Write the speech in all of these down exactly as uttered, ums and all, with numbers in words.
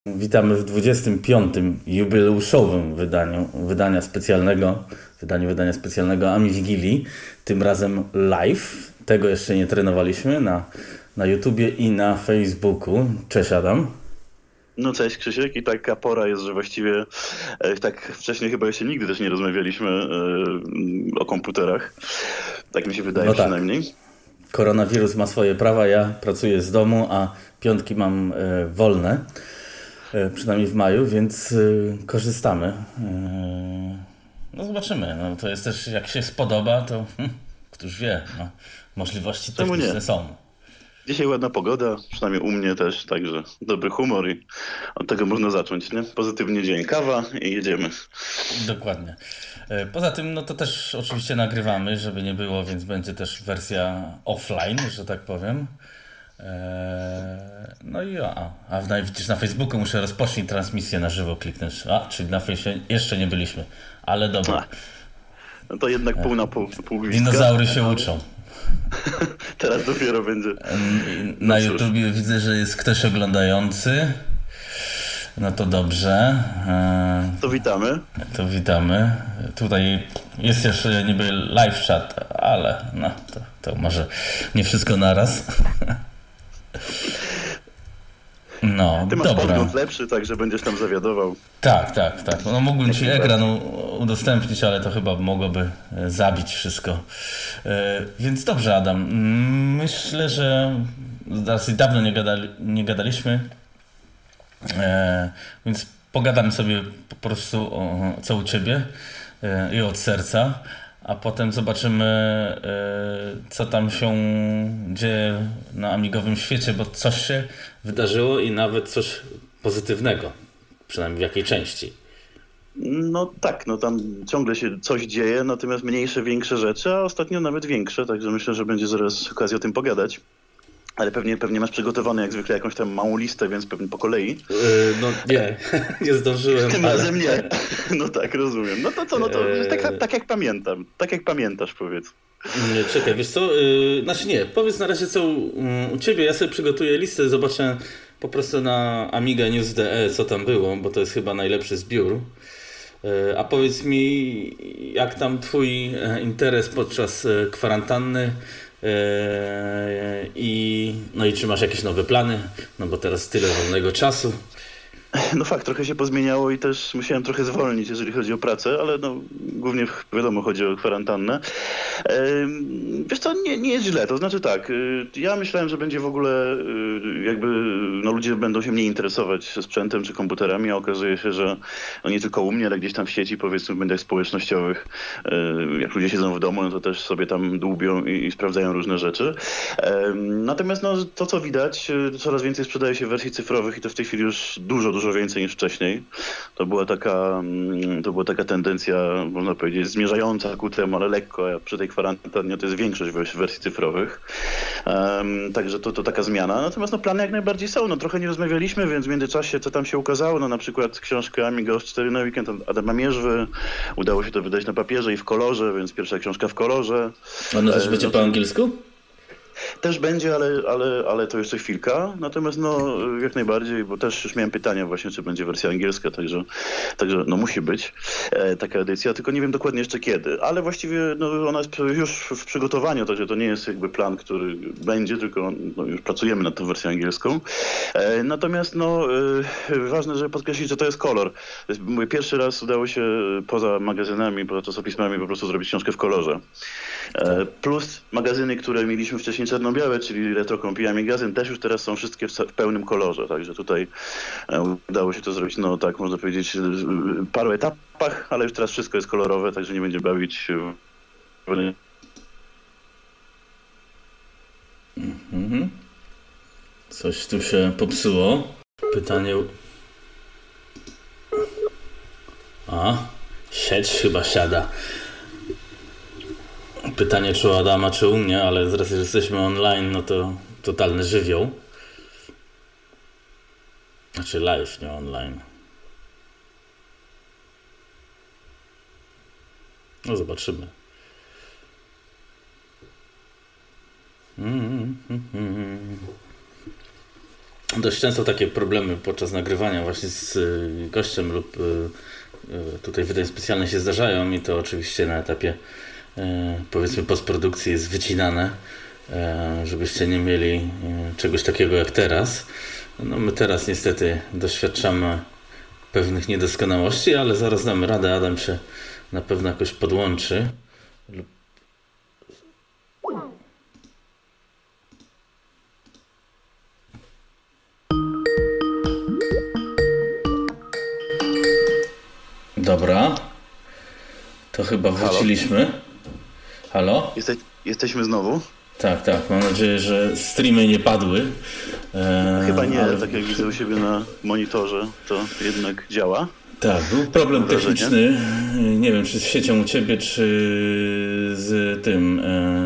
Witamy w dwudziestym piątym jubileuszowym wydaniu wydania specjalnego, wydaniu wydania specjalnego Ami Wigilii, tym razem live. Tego jeszcze nie trenowaliśmy na, na YouTubie i na Facebooku. Cześć Adam. No cześć Krzysiek, i taka pora jest, że właściwie e, tak wcześniej chyba jeszcze nigdy też nie rozmawialiśmy e, o komputerach. Tak mi się wydaje no przynajmniej. Tak. Koronawirus ma swoje prawa, ja pracuję z domu, a piątki mam e, wolne. Przynajmniej w maju, więc y, korzystamy. Y, no zobaczymy. No, to jest też, jak się spodoba, to hm, któż wie, no, możliwości Czemu techniczne nie? są. Dzisiaj ładna pogoda, przynajmniej u mnie też, także dobry humor i od tego można zacząć, nie? Pozytywnie dzień, kawa i jedziemy. Dokładnie. Poza tym, no to też oczywiście nagrywamy, żeby nie było, więc będzie też wersja offline, że tak powiem. No i a, a w, widzisz, na Facebooku muszę rozpocząć transmisję na żywo, kliknąć. A, czyli na Facebooku jeszcze nie byliśmy, ale dobra. A, no to jednak pół na pół. pół Dinozaury się uczą. Teraz dopiero będzie. Na no YouTubie widzę, że jest ktoś oglądający. No to dobrze. To witamy. To witamy. Tutaj jest jeszcze niby live chat, ale no to, to może nie wszystko naraz. No, Ty masz dobra. podgląd lepszy, także będziesz tam zawiadował. Tak, tak, tak. No mógłbym Ci ekran udostępnić, ale to chyba mogłoby zabić wszystko. Więc dobrze, Adam. Myślę, że dosyć dawno nie, gadali, nie gadaliśmy, więc pogadamy sobie po prostu o co u Ciebie i od serca. A potem zobaczymy, co tam się dzieje na amigowym świecie, bo coś się wydarzyło i nawet coś pozytywnego, przynajmniej w jakiej części. No tak, no tam ciągle się coś dzieje, natomiast mniejsze, większe rzeczy, a ostatnio nawet większe, także myślę, że będzie zaraz okazja o tym pogadać. Ale pewnie, pewnie masz przygotowane jak zwykle jakąś tam małą listę, więc pewnie po kolei. Yy, no nie, nie zdążyłem. Tym ale... razem nie. No tak, rozumiem. No to co, no to yy... tak, tak jak pamiętam. Tak jak pamiętasz, powiedz. Nie, czekaj, wiesz co? Yy, znaczy nie, powiedz na razie co u, u Ciebie. Ja sobie przygotuję listę, zobaczę po prostu na Amiga News kropka de co tam było, bo to jest chyba najlepszy zbiór. Yy, a powiedz mi, jak tam Twój interes podczas kwarantanny? I, no i czy masz jakieś nowe plany? No bo teraz tyle wolnego czasu. No fakt, trochę się pozmieniało i też musiałem trochę zwolnić, jeżeli chodzi o pracę, ale no głównie wiadomo chodzi o kwarantannę. Wiesz co, nie, nie jest źle, to znaczy tak, ja myślałem, że będzie w ogóle jakby no ludzie będą się mniej interesować sprzętem czy komputerami, a okazuje się, że no nie tylko u mnie, ale gdzieś tam w sieci, powiedzmy w mediach społecznościowych, jak ludzie siedzą w domu, no to też sobie tam dłubią i, i sprawdzają różne rzeczy. Natomiast no to co widać, coraz więcej sprzedaje się wersji cyfrowych i to w tej chwili już dużo, dużo więcej niż wcześniej. To była taka, to była taka tendencja, można powiedzieć, zmierzająca ku temu, ale lekko, a przy tej kwarantannie to jest większość wersji cyfrowych. Um, także to, to taka zmiana. Natomiast no, plany jak najbardziej są. No, trochę nie rozmawialiśmy, więc w międzyczasie co tam się ukazało, no na przykład książkę Amiga O S cztery na weekend Adama Mierzwy. Udało się to wydać na papierze i w kolorze, więc pierwsza książka w kolorze. Ona też będzie po angielsku? Też będzie, ale, ale, ale to jeszcze chwilka. Natomiast no jak najbardziej, bo też już miałem pytania właśnie, czy będzie wersja angielska, także, także no musi być e, taka edycja, tylko nie wiem dokładnie jeszcze kiedy. Ale właściwie no, ona jest już w przygotowaniu, także to nie jest jakby plan, który będzie, tylko no, już pracujemy nad tą wersją angielską. E, natomiast no e, ważne, żeby podkreślić, że to jest kolor. To jest mój pierwszy raz udało się poza magazynami, poza czasopismami po prostu zrobić książkę w kolorze. E, plus magazyny, które mieliśmy wcześniej czarno-białe, czyli Retrocomp i Amigazyn, też już teraz są wszystkie w, w pełnym kolorze, także tutaj e, udało się to zrobić, no tak można powiedzieć, w paru etapach, ale już teraz wszystko jest kolorowe, także nie będzie bawić w... Mhm. Coś tu się popsuło. Pytanie... A, sieć chyba siada. Pytanie, czy u Adama, czy u mnie, ale z racji, że jesteśmy online, no to totalny żywioł. Znaczy live, nie online. No zobaczymy. dość często takie problemy podczas nagrywania właśnie z gościem lub tutaj wydań specjalnych się zdarzają i to oczywiście na etapie powiedzmy postprodukcji jest wycinane, żebyście nie mieli czegoś takiego jak teraz. No my teraz niestety doświadczamy pewnych niedoskonałości, ale zaraz damy radę, Adam się na pewno jakoś podłączy. Dobra, to chyba wróciliśmy. Halo? Jeste, jesteśmy znowu? Tak, tak, mam nadzieję, że streamy nie padły. Eee, chyba nie, ale... tak jak widzę u siebie na monitorze, to jednak działa. Tak, był problem techniczny, nie wiem czy z siecią u Ciebie, czy z tym,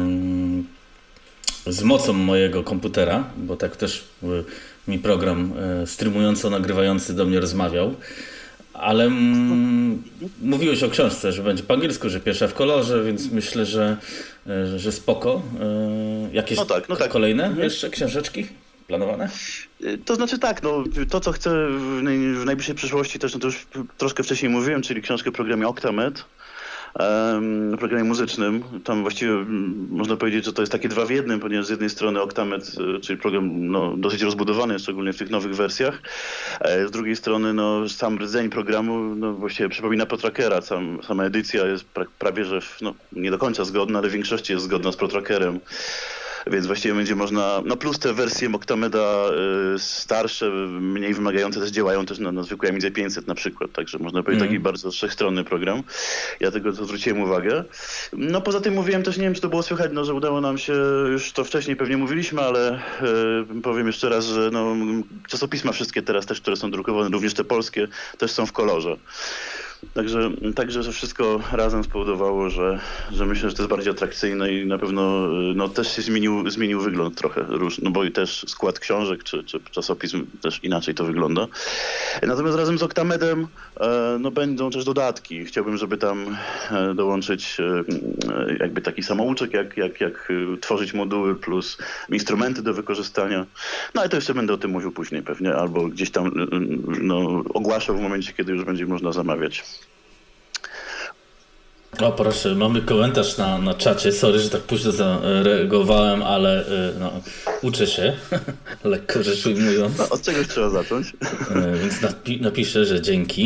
z mocą mojego komputera, bo tak też mi program streamująco nagrywający do mnie rozmawiał. Ale m- mówiłeś o książce, że będzie po angielsku, że pierwsza w kolorze, więc myślę, że, że spoko. Jakieś no tak, no tak. kolejne mhm. jeszcze książeczki planowane? To znaczy tak, no to co chcę w, naj, w najbliższej przyszłości też, no to już troszkę wcześniej mówiłem, czyli książkę w programie Octamed. W programie muzycznym. Tam właściwie można powiedzieć, że to jest takie dwa w jednym, ponieważ z jednej strony Octamed, czyli program no, dosyć rozbudowany, szczególnie w tych nowych wersjach. Z drugiej strony no, sam rdzeń programu no, właściwie przypomina ProTrackera. Sam, sama edycja jest pra, prawie, że no, nie do końca zgodna, ale w większości jest zgodna z ProTrackerem. Więc właściwie będzie można, no plus te wersje Octameda y, starsze, mniej wymagające też działają też na, na zwykłej Amidze pięćset na przykład, także można powiedzieć mm. taki bardzo wszechstronny program. Ja tego to zwróciłem uwagę. No poza tym mówiłem też, nie wiem czy to było słychać, no że udało nam się, już to wcześniej pewnie mówiliśmy, ale y, powiem jeszcze raz, że no, czasopisma wszystkie teraz też, które są drukowane, również te polskie, też są w kolorze. Także, także to wszystko razem spowodowało, że, że myślę, że to jest bardziej atrakcyjne i na pewno no, też się zmienił, zmienił wygląd trochę różny, no bo i też skład książek czy, czy czasopism też inaczej to wygląda. Natomiast razem z Octamedem no, będą też dodatki. Chciałbym, żeby tam dołączyć jakby taki samouczek, jak, jak, jak tworzyć moduły plus instrumenty do wykorzystania. No ale to jeszcze będę o tym mówił później pewnie, albo gdzieś tam no, ogłaszał w momencie, kiedy już będzie można zamawiać. O proszę, mamy komentarz na, na czacie. Sorry, że tak późno zareagowałem, ale no, uczę się, lekko rzecz ujmując. No, od czegoś trzeba zacząć. Więc napi- napiszę, że dzięki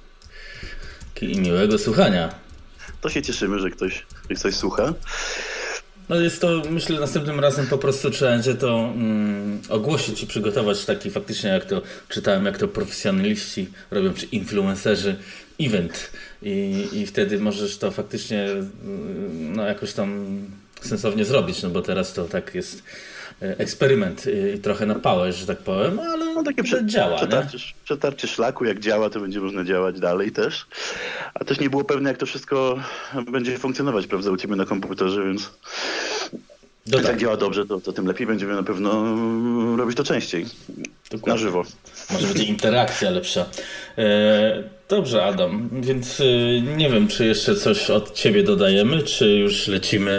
i miłego słuchania. To się cieszymy, że ktoś, że ktoś słucha. No jest to, myślę, następnym razem po prostu trzeba będzie to mm, ogłosić i przygotować taki faktycznie, jak to czytałem, jak to profesjonaliści robią, czy influencerzy, event. I, i wtedy możesz to faktycznie no, jakoś tam sensownie zrobić, no bo teraz to tak jest eksperyment i trochę na pałę, że tak powiem, ale no, takie prze, działa. Przetarcie, przetarcie szlaku, jak działa, to będzie można działać dalej też. A też nie było pewne, jak to wszystko będzie funkcjonować, prawda, u Ciebie na komputerze, więc jak tak działa dobrze, to, to tym lepiej będziemy na pewno robić to częściej. Dokładnie. Na żywo. Może będzie interakcja lepsza. E, dobrze, Adam, więc e, nie wiem, czy jeszcze coś od Ciebie dodajemy, czy już lecimy...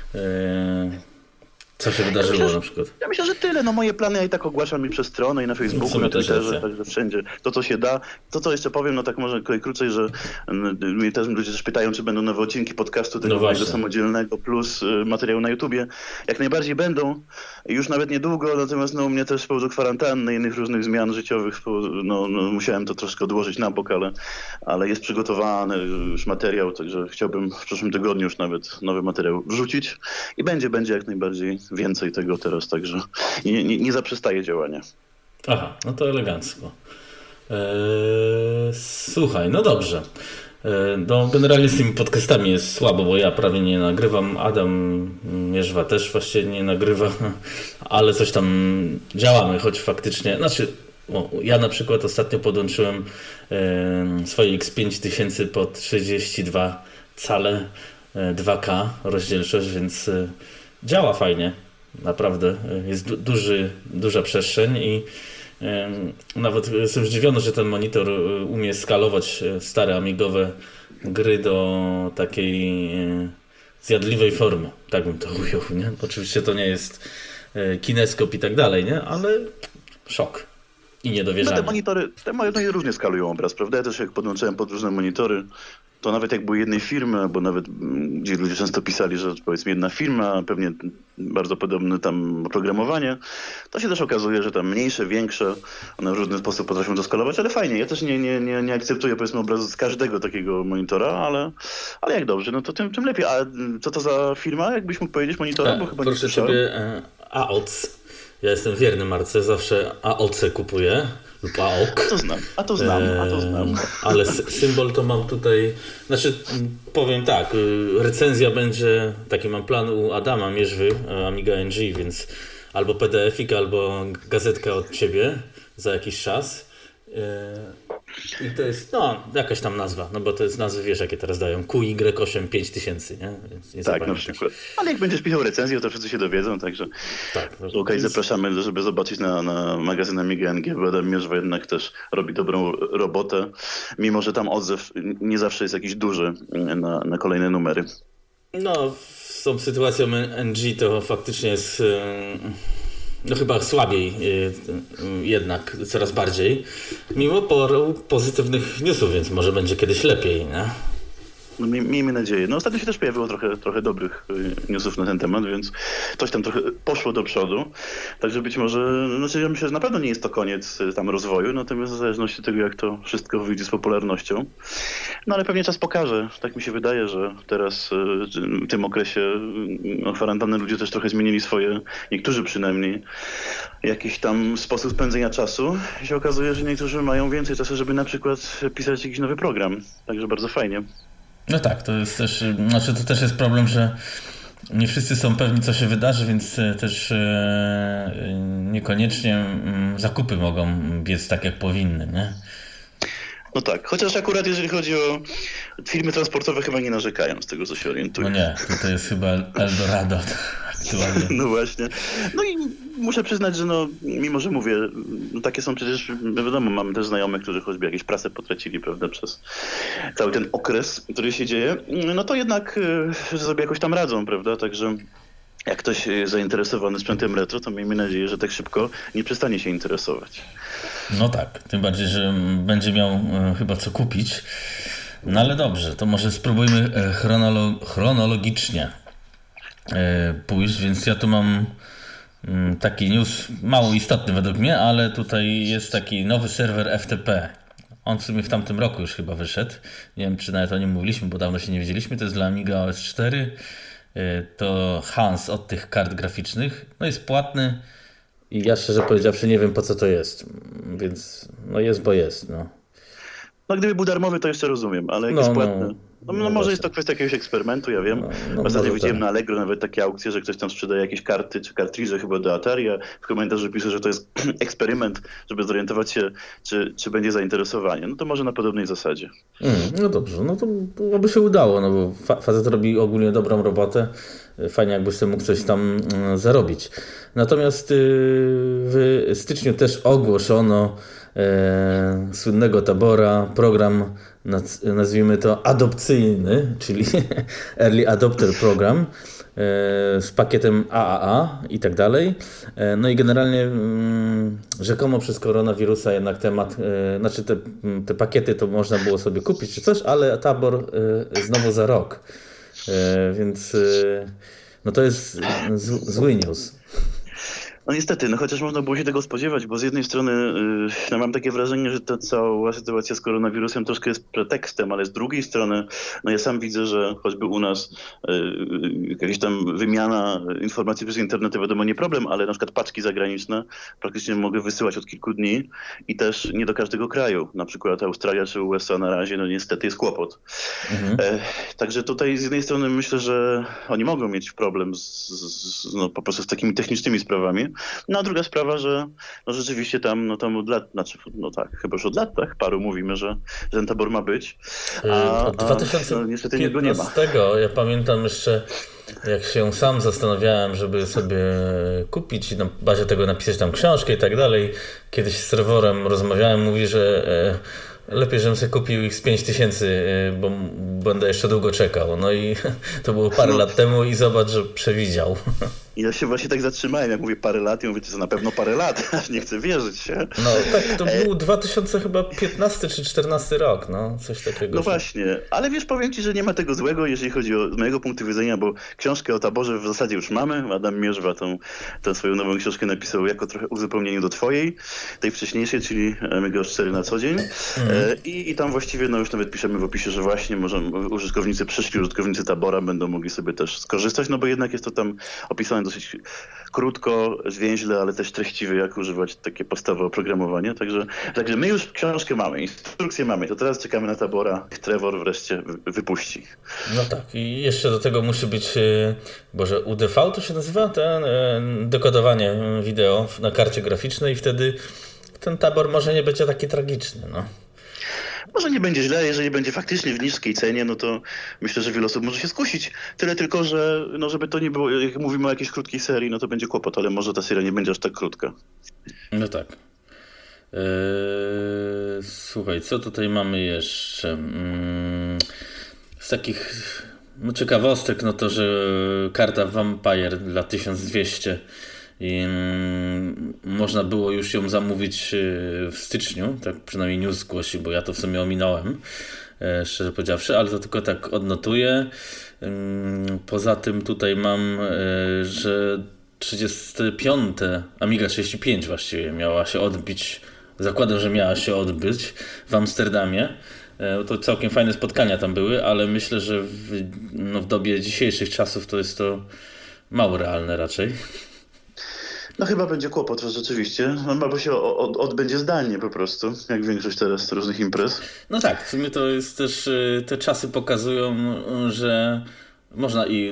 E, Co się wydarzyło ja myślę, na przykład? Ja myślę, że tyle. No moje plany ja i tak ogłaszam i przez stronę, i na Facebooku, na Twitterze, także wszędzie. To, co się da. To, co jeszcze powiem, no tak może krócej, że mnie też ludzie też pytają, czy będą nowe odcinki podcastu tego no samodzielnego plus materiału na YouTubie. Jak najbardziej będą. Już nawet niedługo, natomiast no u mnie też z powodu kwarantanny i innych różnych zmian życiowych, no, no musiałem to troszkę odłożyć na bok, ale, ale jest przygotowany już materiał, także chciałbym w przyszłym tygodniu już nawet nowy materiał wrzucić i będzie, będzie jak najbardziej więcej tego teraz, także nie, nie, nie zaprzestaje działania. Aha, no to elegancko. Eee, słuchaj, no dobrze. Eee, no generalnie z tymi podcastami jest słabo, bo ja prawie nie nagrywam, Adam Mierzwa też właściwie nie nagrywa, ale coś tam działamy, choć faktycznie, znaczy o, ja na przykład ostatnio podłączyłem e, swoje X pięć tysięcy pod trzydzieści dwa cale, e, dwa K rozdzielczość, więc e, działa fajnie, naprawdę. Jest du- duży, duża przestrzeń i e, nawet jestem zdziwiony, że ten monitor umie skalować stare amigowe gry do takiej e, zjadliwej formy. Tak bym to ujął, nie? Oczywiście to nie jest e, kineskop i tak dalej, nie? Ale szok i No niedowierzanie. te monitory, te monitory różnie skalują obraz, prawda? Ja też jak podłączałem pod różne monitory, to nawet jak były jednej firmy, albo nawet mm, gdzie ludzie często pisali, że powiedzmy jedna firma, pewnie bardzo podobne tam oprogramowanie, to się też okazuje, że tam mniejsze, większe, one w różny sposób potrafią to skalować, ale fajnie. Ja też nie, nie, nie, nie akceptuję powiedzmy obrazu z każdego takiego monitora, ale, ale jak dobrze, no to tym, tym lepiej. A co to za firma, jakbyś mógł powiedzieć, monitora? Bo chyba nie Proszę słyszałem. ciebie, e, A O C. Ja jestem wierny marce, zawsze A O C kupuję lub A O K. A to znam, a to znam, a to znam. Eee, ale sy- symbol to mam tutaj, znaczy m, powiem tak, y, recenzja będzie, taki mam plan u Adama Mierzwy, e, Amiga N G, więc albo P D F-ik, albo gazetka od ciebie za jakiś czas. Eee, I to jest, no, jakaś tam nazwa, no bo to jest nazwy, wiesz jakie teraz dają, Q Y osiem pięć tysięcy, nie? Więc nie Tak, na zapamiętasz. przykład. Ale jak będziesz pisał recenzję, to wszyscy się dowiedzą, także Tak, no, okej, więc- zapraszamy, żeby zobaczyć na, na magazyn Amiga N G, bo Adam Mierzwa jednak też robi dobrą robotę, mimo że tam odzew nie zawsze jest jakiś duży na, na kolejne numery. No, z tą sytuacją N G to faktycznie jest e, no chyba słabiej e, e, jednak, coraz bardziej. Mimo paru pozytywnych newsów, więc może będzie kiedyś lepiej, nie? No, miej- miejmy nadzieję. No ostatnio się też pojawiło trochę, trochę dobrych y, newsów na ten temat, więc coś tam trochę poszło do przodu. Także być może, znaczy ja myślę, że na pewno nie jest to koniec y, tam rozwoju, natomiast w zależności od tego, jak to wszystko wyjdzie z popularnością. No ale pewnie czas pokaże. Tak mi się wydaje, że teraz y, w tym okresie y, no, kwarantanny ludzie też trochę zmienili swoje, niektórzy przynajmniej, jakiś tam sposób spędzenia czasu. I się okazuje, że niektórzy mają więcej czasu, żeby na przykład pisać jakiś nowy program. Także bardzo fajnie. No tak, to jest też, znaczy to też jest problem, że nie wszyscy są pewni, co się wydarzy, więc e, też e, niekoniecznie mm, zakupy mogą biec tak, jak powinny, nie? No tak, chociaż akurat jeżeli chodzi o firmy transportowe chyba nie narzekają z tego, co się orientuję. No nie, to jest chyba Eldorado aktualnie. No właśnie. No i muszę przyznać, że no, mimo że mówię, no takie są przecież, no wiadomo, mamy też znajomych, którzy choćby jakieś pracę potracili, prawda, przez cały ten okres, który się dzieje, no to jednak y, sobie jakoś tam radzą, prawda, także jak ktoś jest zainteresowany sprzętem retro, to miejmy nadzieję, że tak szybko nie przestanie się interesować. No tak, tym bardziej, że będzie miał e, chyba co kupić. No ale dobrze, to może spróbujmy e, chronolo- chronologicznie e, pójść, więc ja tu mam mm, taki news mało istotny według mnie, ale tutaj jest taki nowy serwer F T P. On w sumie w tamtym roku już chyba wyszedł. Nie wiem, czy nawet o nim mówiliśmy, bo dawno się nie widzieliśmy. To jest dla Amiga O S cztery. E, to Hans od tych kart graficznych. No jest płatny. I ja szczerze powiedziawszy nie wiem, po co to jest, więc no jest, bo jest, no. No gdyby był darmowy, to jeszcze rozumiem, ale jak No, jest no. płatny, no, no, No może właśnie. jest to kwestia jakiegoś eksperymentu, ja wiem. No, no Ostatnio może widziałem tak. na Allegro nawet takie aukcje, że ktoś tam sprzedaje jakieś karty czy kartridże chyba do Atari, a w komentarzu pisze, że to jest eksperyment, żeby zorientować się, czy, czy będzie zainteresowanie. No to może na podobnej zasadzie. Mm, no dobrze, no to by się udało, no bo fa- facet robi ogólnie dobrą robotę. Fajnie jakby sobie mógł coś tam mm, zarobić. Natomiast yy, w styczniu też ogłoszono e, słynnego Tabora, program naz- nazwijmy to adopcyjny, czyli Early Adopter Program, z pakietem A A A i tak dalej. No i generalnie mm, rzekomo przez koronawirusa jednak temat, e, znaczy te, te pakiety to można było sobie kupić czy coś, ale Tabor e, znowu za rok. E, więc e, no to jest z, zły news. No niestety, no chociaż można było się tego spodziewać, bo z jednej strony yy, no mam takie wrażenie, że ta cała sytuacja z koronawirusem troszkę jest pretekstem, ale z drugiej strony, no ja sam widzę, że choćby u nas yy, jakaś tam wymiana informacji przez internet to wiadomo nie problem, ale na przykład paczki zagraniczne praktycznie mogę wysyłać od kilku dni i też nie do każdego kraju. Na przykład Australia czy U S A na razie, no niestety jest kłopot. Mhm. E, także tutaj z jednej strony myślę, że oni mogą mieć problem z, z, no, po prostu z takimi technicznymi sprawami. No a druga sprawa, że no rzeczywiście tam, no tam od lat, znaczy, no tak, chyba już od lat, tak, paru mówimy, że, że ten tabor ma być, a, Od dwa tysiące a no, niestety niego nie ma. Ja pamiętam jeszcze, jak się sam zastanawiałem, żeby sobie kupić i na bazie tego napisać tam książkę i tak dalej. Kiedyś z Trevorem rozmawiałem, mówi, że e, lepiej, żebym sobie kupił ich z pięć tysięcy, e, bo będę jeszcze długo czekał. No i to było parę no. lat temu i zobacz, że przewidział. I ja się właśnie tak zatrzymałem, jak mówię parę lat, i mówię, to na pewno parę lat, aż nie chcę wierzyć się. No tak, to był dwa tysiące piętnasty czy czternasty rok, no coś takiego. No właśnie, ale wiesz, powiem ci, że nie ma tego złego, jeżeli chodzi o, z mojego punktu widzenia, bo książkę o taborze w zasadzie już mamy. Adam Mierzwa tą, tą swoją nową książkę napisał jako trochę uzupełnienie do twojej, tej wcześniejszej, czyli Amiga cztery na co dzień. Mhm. I, I tam właściwie no już nawet piszemy w opisie, że właśnie może użytkownicy, przyszli użytkownicy tabora będą mogli sobie też skorzystać, no bo jednak jest to tam opisane dosyć krótko, zwięźle, ale też treściwie, jak używać takie podstawy oprogramowania. Także, także my już książkę mamy, instrukcję mamy, to teraz czekamy na tabora. Trevor wreszcie wypuści. No tak, i jeszcze do tego musi być, Boże, U D V to się nazywa? Ten dekodowanie wideo na karcie graficznej i wtedy ten tabor może nie będzie taki tragiczny, no. Może nie będzie źle, jeżeli będzie faktycznie w niskiej cenie, no to myślę, że wiele osób może się skusić. Tyle tylko, że no żeby to nie było, jak mówimy o jakiejś krótkiej serii, no to będzie kłopot, ale może ta seria nie będzie aż tak krótka. No tak. Eee, słuchaj, co tutaj mamy jeszcze? Hmm, z takich no, ciekawostek, no to, że karta Vampire dla tysiąc dwieście i mm, można było już ją zamówić w styczniu, tak przynajmniej news głosi, bo ja to w sumie ominąłem, e, szczerze powiedziawszy, ale to tylko tak odnotuję. Ym, poza tym tutaj mam, e, że trzydzieste piąte Amiga trzydzieści pięć właściwie miała się odbić, zakładam, że miała się odbyć w Amsterdamie. E, to całkiem fajne spotkania tam były, ale myślę, że w, no, w dobie dzisiejszych czasów to jest to mało realne raczej. No chyba będzie kłopot, że rzeczywiście, no, albo się od, odbędzie zdalnie po prostu, jak większość teraz różnych imprez. No tak, w sumie to jest też, te czasy pokazują, że można i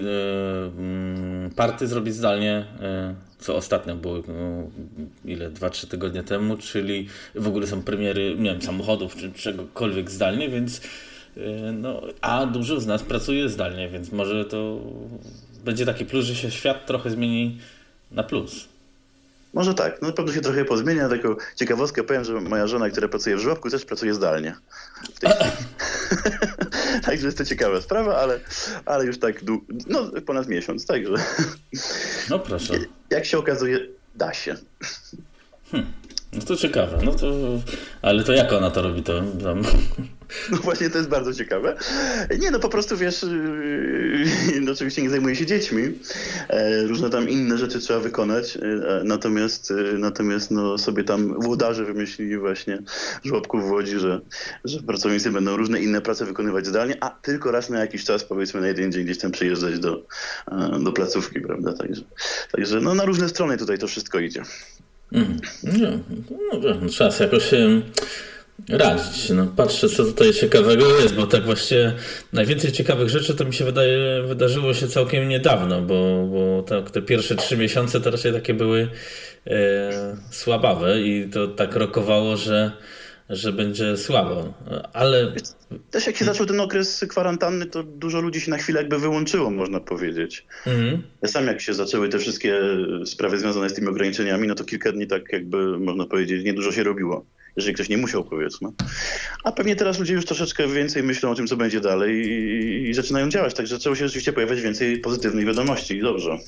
y, party zrobić zdalnie, y, co ostatnio było, no, ile, dwa trzy tygodnie temu, czyli w ogóle są premiery, nie wiem, samochodów czy czegokolwiek zdalnie, więc y, no, a dużo z nas pracuje zdalnie, więc może to będzie taki plus, że się świat trochę zmieni na plus. Może tak, no na pewno się trochę pozmienia. Taką ciekawostkę powiem, że moja żona, która pracuje w żłobku, też pracuje zdalnie. W tej chwili. Także jest to ciekawa sprawa, ale, ale już tak dłu- no, ponad miesiąc, także. No proszę. Jak się okazuje, da się. Hmm. No to ciekawe, no to, ale to jak ona to robi, to tam... No właśnie, to jest bardzo ciekawe. Nie, no po prostu wiesz, yy, no oczywiście nie zajmuję się dziećmi, e, różne tam inne rzeczy trzeba wykonać, e, natomiast, e, natomiast no sobie tam włodarze wymyślili właśnie żłobków w Łodzi, że, że pracownicy będą różne inne prace wykonywać zdalnie, a tylko raz na jakiś czas, powiedzmy na jeden dzień gdzieś tam przyjeżdżać do, do placówki, prawda, także, także no na różne strony tutaj to wszystko idzie. Mm. No, no, trzeba się jakoś radzić. No, patrzę, co tutaj ciekawego jest, bo tak właściwie najwięcej ciekawych rzeczy to mi się wydaje, wydarzyło się całkiem niedawno, bo, bo tak, te pierwsze trzy miesiące to raczej takie były e, słabawe i to tak rokowało, że, że będzie słabo, ale... Też jak się zaczął ten okres kwarantanny, to dużo ludzi się na chwilę jakby wyłączyło, można powiedzieć. Mhm. Sam jak się zaczęły te wszystkie sprawy związane z tymi ograniczeniami, no to kilka dni tak jakby, można powiedzieć, niedużo się robiło. Jeżeli ktoś nie musiał, powiedzmy. A pewnie teraz ludzie już troszeczkę więcej myślą o tym, co będzie dalej i, i zaczynają działać. Także zaczęło się rzeczywiście pojawiać więcej pozytywnych wiadomości. Dobrze.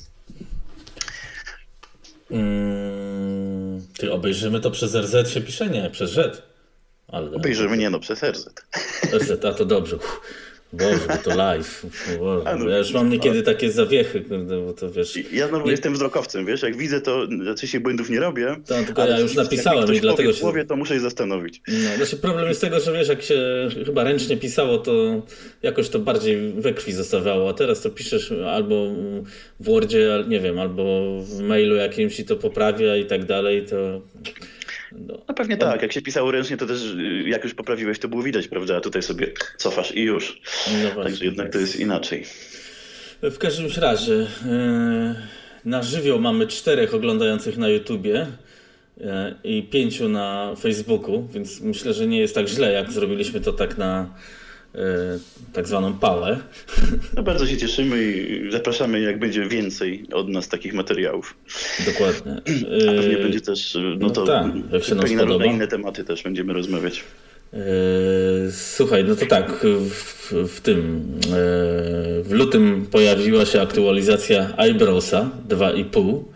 Hmm, ty obejrzymy to przez R Z się pisze? Nie, przez Z. Ale obejrzymy, nie no, przez R Z. R Z, a to dobrze. Uff. Boże, bo to live. Boże, no, ja już mam niekiedy takie zawiechy, bo to wiesz... Ja znowu nie... jestem wzrokowcem, wiesz, jak widzę to, oczywiście błędów nie robię. To, tylko ja już napisałem i dlatego się... w głowie, to muszę się zastanowić. No, znaczy problem jest tego, że wiesz, jak się chyba ręcznie pisało, to jakoś to bardziej we krwi zostawało, a teraz to piszesz albo w Wordzie, nie wiem, albo w mailu jakimś i to poprawia i tak dalej, to... No, no pewnie tak, jak się pisało ręcznie, to też jak już poprawiłeś, to było widać, prawda? A tutaj sobie cofasz i już. No właśnie, także jednak to jest inaczej. W każdym razie yy, na żywioł mamy czterech oglądających na YouTubie yy, i pięciu na Facebooku, więc myślę, że nie jest tak źle, jak zrobiliśmy to tak na yy, tak zwaną pałę. No bardzo się cieszymy i zapraszamy, jak będzie więcej od nas takich materiałów. Dokładnie. A pewnie będzie też, no, no to tak, jak się nam pewnie na spodoba. różne inne tematy też będziemy rozmawiać. Słuchaj, no to tak, w, w tym w lutym pojawiła się aktualizacja iBrowsa dwa i pół.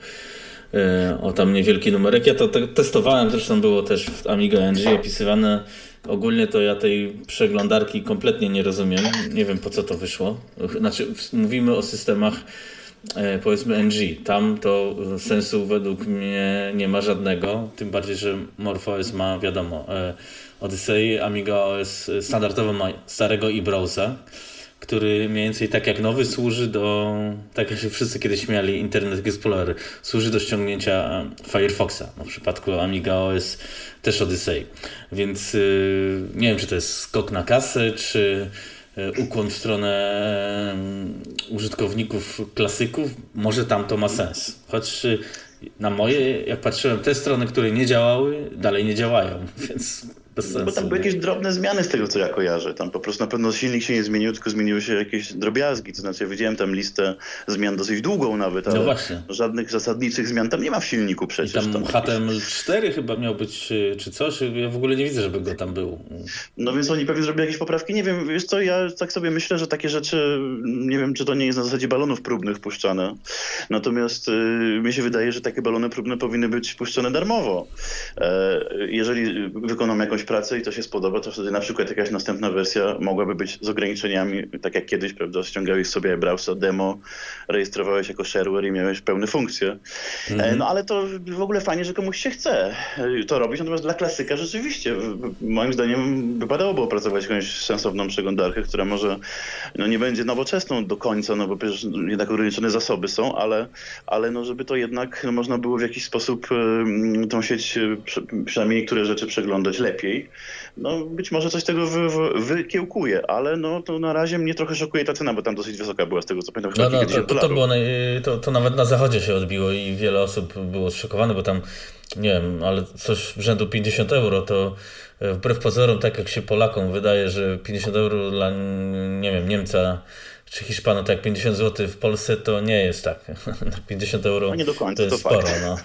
O tam niewielki numerek. Ja to te- testowałem, zresztą było też w Amiga N G opisywane. Ogólnie to ja tej przeglądarki kompletnie nie rozumiem. Nie wiem, po co to wyszło. Znaczy, mówimy o systemach powiedzmy N G. Tam to sensu według mnie nie ma żadnego. Tym bardziej, że MorphOS ma, wiadomo, Odyssey, Amiga O S standardowo ma starego iBrowsa, który mniej więcej tak jak nowy służy do, tak jak się wszyscy kiedyś śmiali, Internet Explorer, służy do ściągnięcia Firefoxa. No w przypadku Amiga O S też Odyssey. Więc yy, nie wiem, czy to jest skok na kasę, czy ukłon w stronę użytkowników klasyków. Może tam to ma sens. Choć na moje, jak patrzyłem, te strony, które nie działały, dalej nie działają, więc bez sensu. Bo tam były jakieś drobne zmiany z tego, co ja kojarzę. Tam po prostu na pewno silnik się nie zmienił, tylko zmieniły się jakieś drobiazgi. To znaczy ja widziałem tam listę zmian dosyć długą nawet, ale no właśnie. Żadnych zasadniczych zmian tam nie ma w silniku przecież. I tam, tam H T M L cztery chyba miał być, czy, czy coś. Ja w ogóle nie widzę, żeby go tam był. No więc oni pewnie zrobili jakieś poprawki. Nie wiem, wiesz co, ja tak sobie myślę, że takie rzeczy, nie wiem, czy to nie jest na zasadzie balonów próbnych puszczane. Natomiast yy, mi się wydaje, że takie balony próbne powinny być puszczone darmowo. E, jeżeli wykonam jakąś pracę i to się spodoba, to wtedy na przykład jakaś następna wersja mogłaby być z ograniczeniami, tak jak kiedyś, prawda, ściągałeś sobie browser demo, rejestrowałeś jako shareware i miałeś pełne funkcje. Mhm. No ale to w ogóle fajnie, że komuś się chce to robić, natomiast dla klasyka rzeczywiście, moim zdaniem wypadałoby opracować jakąś sensowną przeglądarkę, która może no, nie będzie nowoczesną do końca, no bo przecież jednak ograniczone zasoby są, ale, ale no, żeby to jednak no, można było w jakiś sposób y, tą sieć, y, przynajmniej niektóre rzeczy przeglądać lepiej. No być może coś tego wy, wy, wykiełkuje, ale no to na razie mnie trochę szokuje ta cena, bo tam dosyć wysoka była z tego co pamiętam. No, no to, to, to, było naj, to, to nawet na zachodzie się odbiło i wiele osób było zszokowane, bo tam nie wiem, ale coś rzędu pięćdziesiąt euro to wbrew pozorom, tak jak się Polakom wydaje, że pięćdziesiąt euro dla nie wiem, Niemca czy Hiszpana, tak jak pięćdziesiąt złotych w Polsce to nie jest tak. pięćdziesiąt euro no nie do końca, to jest to sporo. No.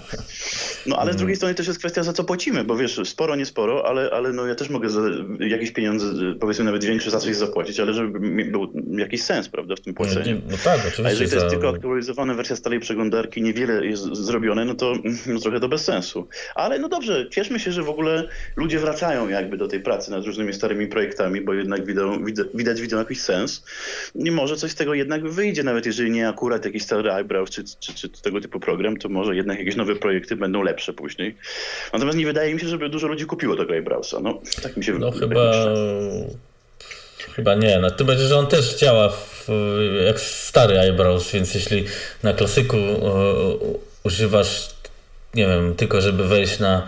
no ale z drugiej strony też jest kwestia za co płacimy, bo wiesz, sporo, nie sporo, ale, ale no ja też mogę za jakieś pieniądze, powiedzmy nawet większe za coś zapłacić, ale żeby był jakiś sens, prawda, w tym płaceniu. No tak, oczywiście. A jeżeli to jest za... tylko aktualizowana wersja starej przeglądarki, niewiele jest zrobione, no to no, trochę to bez sensu. Ale no dobrze, cieszmy się, że w ogóle ludzie wracają jakby do tej pracy nad różnymi starymi projektami, bo jednak widzą, widać widzą jakiś sens. Nie może coś z tego jednak wyjdzie, nawet jeżeli nie akurat jakiś stary iBrowse czy, czy, czy tego typu program, to może jednak jakieś nowe projekty będą lepsze później. Natomiast nie wydaje mi się, żeby dużo ludzi kupiło tego iBrowsa. No, tak mi się No chyba... Chyba nie. No, tym bardziej, że on też działa w, jak stary iBrowse, więc jeśli na klasyku uh, używasz, nie wiem, tylko żeby wejść na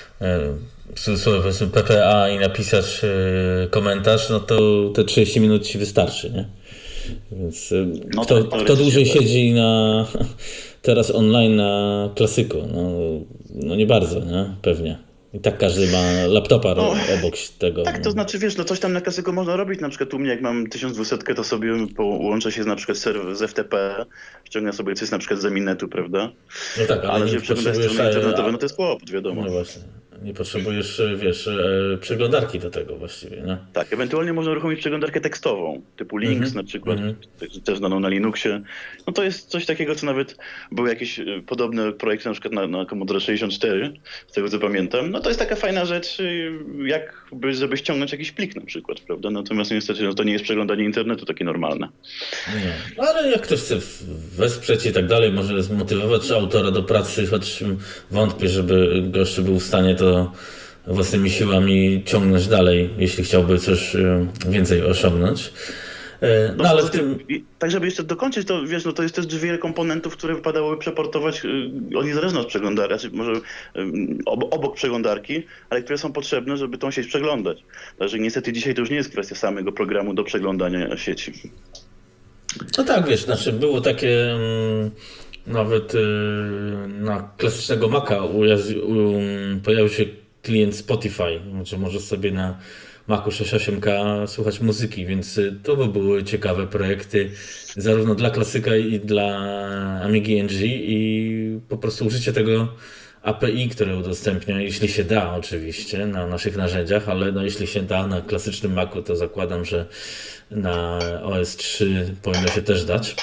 uh, P P A i napisać uh, komentarz, no to te trzydzieści minut ci wystarczy, nie? Więc no kto, kto dłużej tak. siedzi na teraz online na klasyku? No, no nie bardzo, nie? Pewnie. I tak każdy ma laptopa no, obok tego. Tak, to znaczy wiesz, no coś tam na klasyku można robić, na przykład u mnie jak mam tysiąc dwieście to sobie połączę się na przykład z F T P, ściągnę sobie coś na przykład z Eminetu, prawda? No tak, ale, ale żeby przeglądać strony internetowe, no to jest kłopot, wiadomo. No właśnie. Nie potrzebujesz, wiesz, przeglądarki do tego właściwie, nie? Tak, ewentualnie można uruchomić przeglądarkę tekstową, typu Lynx mm-hmm. na przykład, mm-hmm. też znaną na Linuxie. No to jest coś takiego, co nawet były jakieś podobne projekty na przykład na, na Commodore sześćdziesiąt cztery, z tego co pamiętam. No to jest taka fajna rzecz, jakby, żeby ściągnąć jakiś plik na przykład, prawda? Natomiast niestety no, to nie jest przeglądanie internetu takie normalne. Nie. No, ale jak ktoś chce wesprzeć i tak dalej, może zmotywować autora do pracy, choć wątpię, żeby gość był w stanie to własnymi siłami ciągnąć dalej, jeśli chciałby coś więcej osiągnąć. No, no ale w tym... Tak, żeby jeszcze dokończyć, to wiesz, no to jest też wiele komponentów, które wypadałoby przeportować o niezależnie od przeglądarki, znaczy może obok przeglądarki, ale które są potrzebne, żeby tą sieć przeglądać. Także niestety dzisiaj to już nie jest kwestia samego programu do przeglądania sieci. No tak, wiesz, znaczy było takie... Nawet na klasycznego Maca pojawił się klient Spotify, znaczy możesz sobie na Macu sześćdziesiąt osiem K słuchać muzyki, więc to by były ciekawe projekty zarówno dla klasyka i dla Amigi N G i po prostu użycie tego A P I, które udostępnia, jeśli się da oczywiście, na naszych narzędziach, ale no, jeśli się da na klasycznym Macu, to zakładam, że na O S trzy powinno się też dać.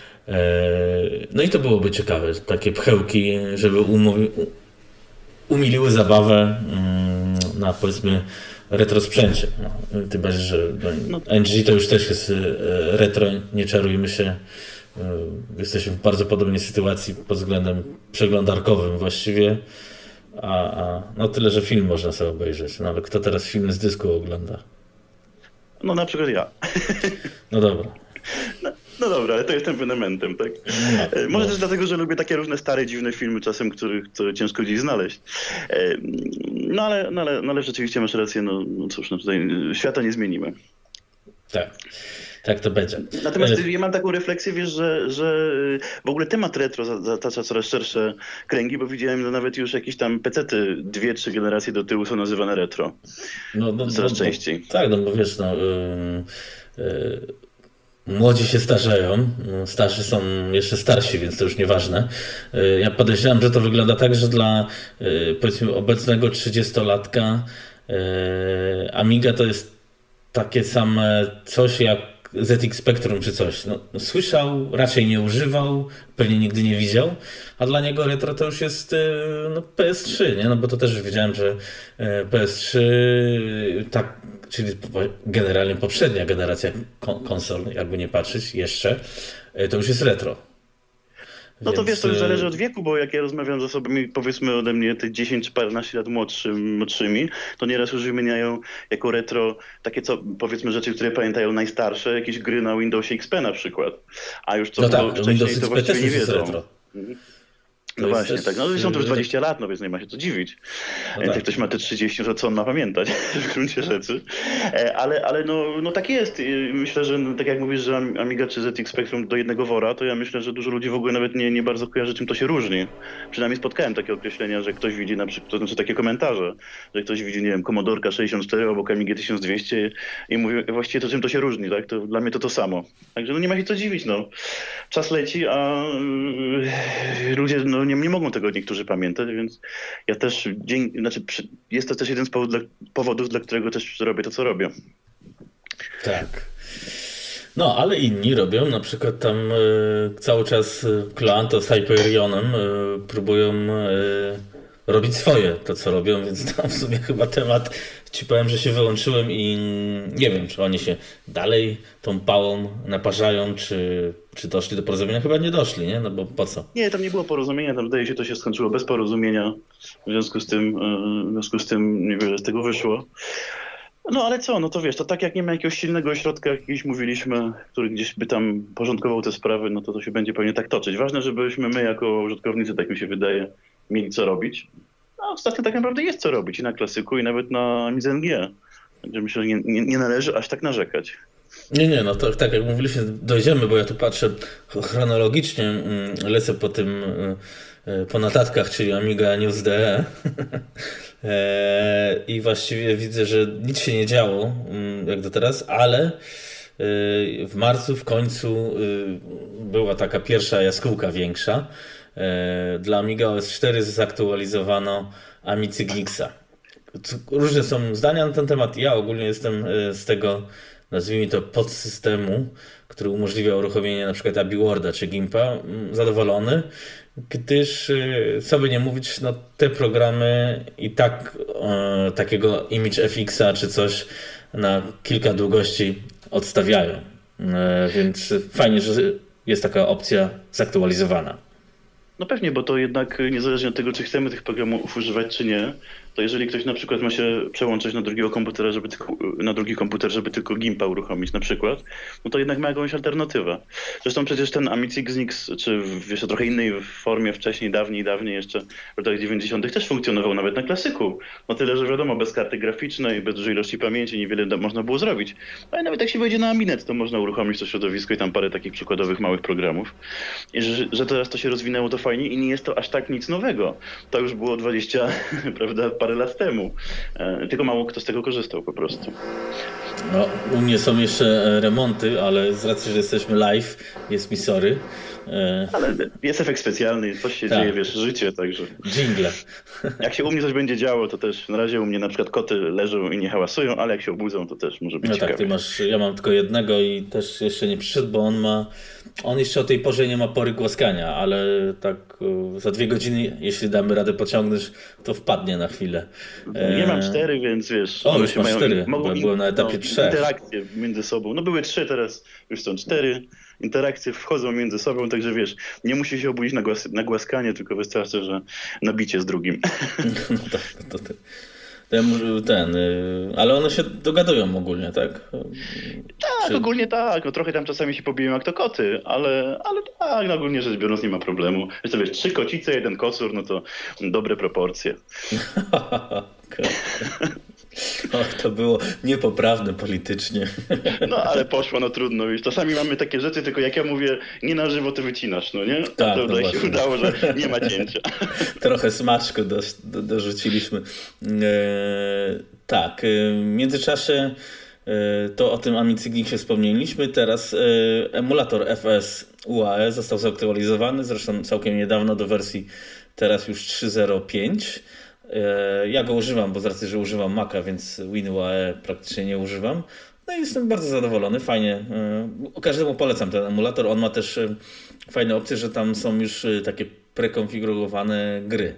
No i to byłoby ciekawe, takie pchełki, żeby umówi- umiliły zabawę na, powiedzmy, retro sprzęcie. No, tym bardziej, że no, N G to już też jest retro, nie czarujmy się. Jesteśmy w bardzo podobnej sytuacji pod względem przeglądarkowym właściwie, a, a no tyle, że film można sobie obejrzeć. No ale kto teraz filmy z dysku ogląda? No na przykład ja. No dobra. No, no dobra, ale to jestem wenementem, tak? No, Może no. też dlatego, że lubię takie różne stare, dziwne filmy czasem, których które ciężko gdzieś znaleźć. No ale, no, ale, no ale rzeczywiście masz rację, no, no cóż, no tutaj świata nie zmienimy. Tak. Tak to będzie. Natomiast ja mam taką refleksję, wiesz, że, że w ogóle temat retro zatacza coraz szersze kręgi, bo widziałem, że nawet już jakieś tam pecety dwie, trzy generacje do tyłu są nazywane retro. No, no, coraz no, częściej. No, tak, no bo wiesz, no, yy, yy, młodzi się starzeją, starsi są jeszcze starsi, więc to już nieważne. Yy, ja podejrzewam, że to wygląda tak, że dla yy, powiedzmy obecnego trzydziestolatka yy, Amiga to jest takie same coś jak Z X Spectrum czy coś. No, no, słyszał, raczej nie używał, pewnie nigdy nie widział, a dla niego retro to już jest no, P S trzy, nie? No bo to też wiedziałem, że P S trzy, tak, czyli generalnie poprzednia generacja konsol, jakby nie patrzeć, jeszcze, to już jest retro. No to Więc... wiesz, to już zależy od wieku, bo jak ja rozmawiam z osobami, powiedzmy ode mnie te dziesięć czy paręnaście lat młodszym, młodszymi, to nieraz już wymieniają jako retro takie, co powiedzmy rzeczy, które pamiętają najstarsze, jakieś gry na Windowsie X P na przykład. A już co no było tak, wcześniej, to właściwie nie wiedzą. Retro. No właśnie, też, tak. No są to już dwadzieścia lat, no więc nie ma się co dziwić. No tak. Jak ktoś ma te trzydzieści, to co on ma pamiętać w gruncie rzeczy. Ale, ale no, no tak jest. Myślę, że no, tak jak mówisz, że Amiga czy Z X Spectrum do jednego wora, to ja myślę, że dużo ludzi w ogóle nawet nie, nie bardzo kojarzy, czym to się różni. Przynajmniej spotkałem takie określenia, że ktoś widzi na przykład, to znaczy takie komentarze, że ktoś widzi, nie wiem, Commodorka sześćdziesiąt cztery obok Amigi tysiąc dwieście i mówi właściwie to czym to się różni, tak? To dla mnie to to samo. Także no nie ma się co dziwić, no. Czas leci, a yy, ludzie no, nie, nie mogą tego niektórzy pamiętać, więc ja też, dzień, znaczy jest to też jeden z powodów dla, powodów, dla którego też robię to, co robię. Tak. No, ale inni robią, na przykład tam y, cały czas Kleanto z Hyperionem y, próbują y, robić swoje, to co robią, więc tam w sumie chyba temat, ci powiem, że się wyłączyłem i nie wiem, czy oni się dalej tą pałą naparzają, czy, czy doszli do porozumienia. Chyba nie doszli, nie? No bo po co? Nie, tam nie było porozumienia, tam wydaje się, to się skończyło bez porozumienia, w związku z tym, w związku z tym niewiele z tego wyszło. No ale co, no to wiesz, to tak jak nie ma jakiegoś silnego ośrodka, jak kiedyś mówiliśmy, który gdzieś by tam porządkował te sprawy, no to to się będzie pewnie tak toczyć. Ważne, żebyśmy my jako użytkownicy, tak mi się wydaje, mieli co robić. A ostatnio tak naprawdę jest co robić i na klasyku, i nawet na Amidze N G. Także myślę, że nie, nie, nie należy aż tak narzekać. Nie, nie, no to tak jak mówiliśmy, dojdziemy, bo ja tu patrzę chronologicznie, lecę po tym, po notatkach, czyli Amiga News kropka de i właściwie widzę, że nic się nie działo jak do teraz, ale w marcu w końcu była taka pierwsza jaskółka większa. Dla Amiga O S cztery zaktualizowano Amicygnixa. Różne są zdania na ten temat. Ja ogólnie jestem z tego, nazwijmy to, podsystemu, który umożliwia uruchomienie na przykład AbiWorda czy Gimpa, zadowolony, gdyż, co by nie mówić, no te programy i tak e, takiego Image F X a czy coś na kilka długości odstawiają. E, więc fajnie, że jest taka opcja zaktualizowana. No pewnie, bo to jednak niezależnie od tego, czy chcemy tych programów używać, czy nie, to jeżeli ktoś na przykład ma się przełączyć na drugiego komputera, żeby tylko, na drugi komputer, żeby tylko Gimpa uruchomić na przykład, no to jednak ma jakąś alternatywę. Zresztą przecież ten Amicygnics, czy w jeszcze trochę innej formie wcześniej, dawniej, dawniej jeszcze w latach dziewięćdziesiątych też funkcjonował nawet na klasyku. No tyle, że wiadomo, bez karty graficznej, bez dużej ilości pamięci niewiele da, można było zrobić. Ale nawet jak się wejdzie na Aminet, to można uruchomić to środowisko i tam parę takich przykładowych małych programów. I że, że teraz to się rozwinęło, to fajnie i nie jest to aż tak nic nowego. To już było dwadzieścia, prawda, parę lat temu. E, tylko mało kto z tego korzystał po prostu. No, u mnie są jeszcze remonty, ale z racji, że jesteśmy live, jest mi sorry. Ale jest efekt specjalny, coś się tak. dzieje, wiesz, życie, także... Dżingle. Jak się u mnie coś będzie działo, to też na razie u mnie na przykład koty leżą i nie hałasują, ale jak się obudzą, to też może być no ciekawe. Tak, ty masz, ja mam tylko jednego i też jeszcze nie przyszedł, bo on ma, on jeszcze o tej porze nie ma pory głaskania, ale tak za dwie godziny, jeśli damy radę pociągnąć, to wpadnie na chwilę. Nie mam cztery, więc wiesz... O, już masz mają, cztery, mogą bo byłem na etapie no, trzech. interakcje między sobą. No były trzy, teraz już są cztery. Interakcje wchodzą między sobą, także wiesz, nie musi się obudzić na, głas, na głaskanie, tylko wystarczy, że nabicie z drugim. No tak, to, to, ten, ten, ale one się dogadują ogólnie, tak? Tak, Czy... ogólnie tak. No trochę tam czasami się pobiją jak to koty, ale, ale tak, no ogólnie rzecz biorąc nie ma problemu. Wiesz, wiesz, trzy kocice, jeden kocur, no to dobre proporcje. Och, to było niepoprawne politycznie. No ale poszło, no trudno. Wiesz, czasami mamy takie rzeczy, tylko jak ja mówię, nie na żywo to wycinasz, no nie? Tak, A to no tutaj się udało, że nie ma cięcia. Trochę smaczku do, do, dorzuciliśmy. E, tak, w międzyczasie e, to o tym Amicygnicie wspomnieliśmy. Teraz e, emulator F S U A E został zaktualizowany, zresztą całkiem niedawno do wersji teraz już trzy zero pięć. Ja go używam, bo z racji, że używam Maca, więc WinUAE praktycznie nie używam. No i jestem bardzo zadowolony, fajnie. Każdemu polecam ten emulator. On ma też fajne opcje, że tam są już takie prekonfigurowane gry.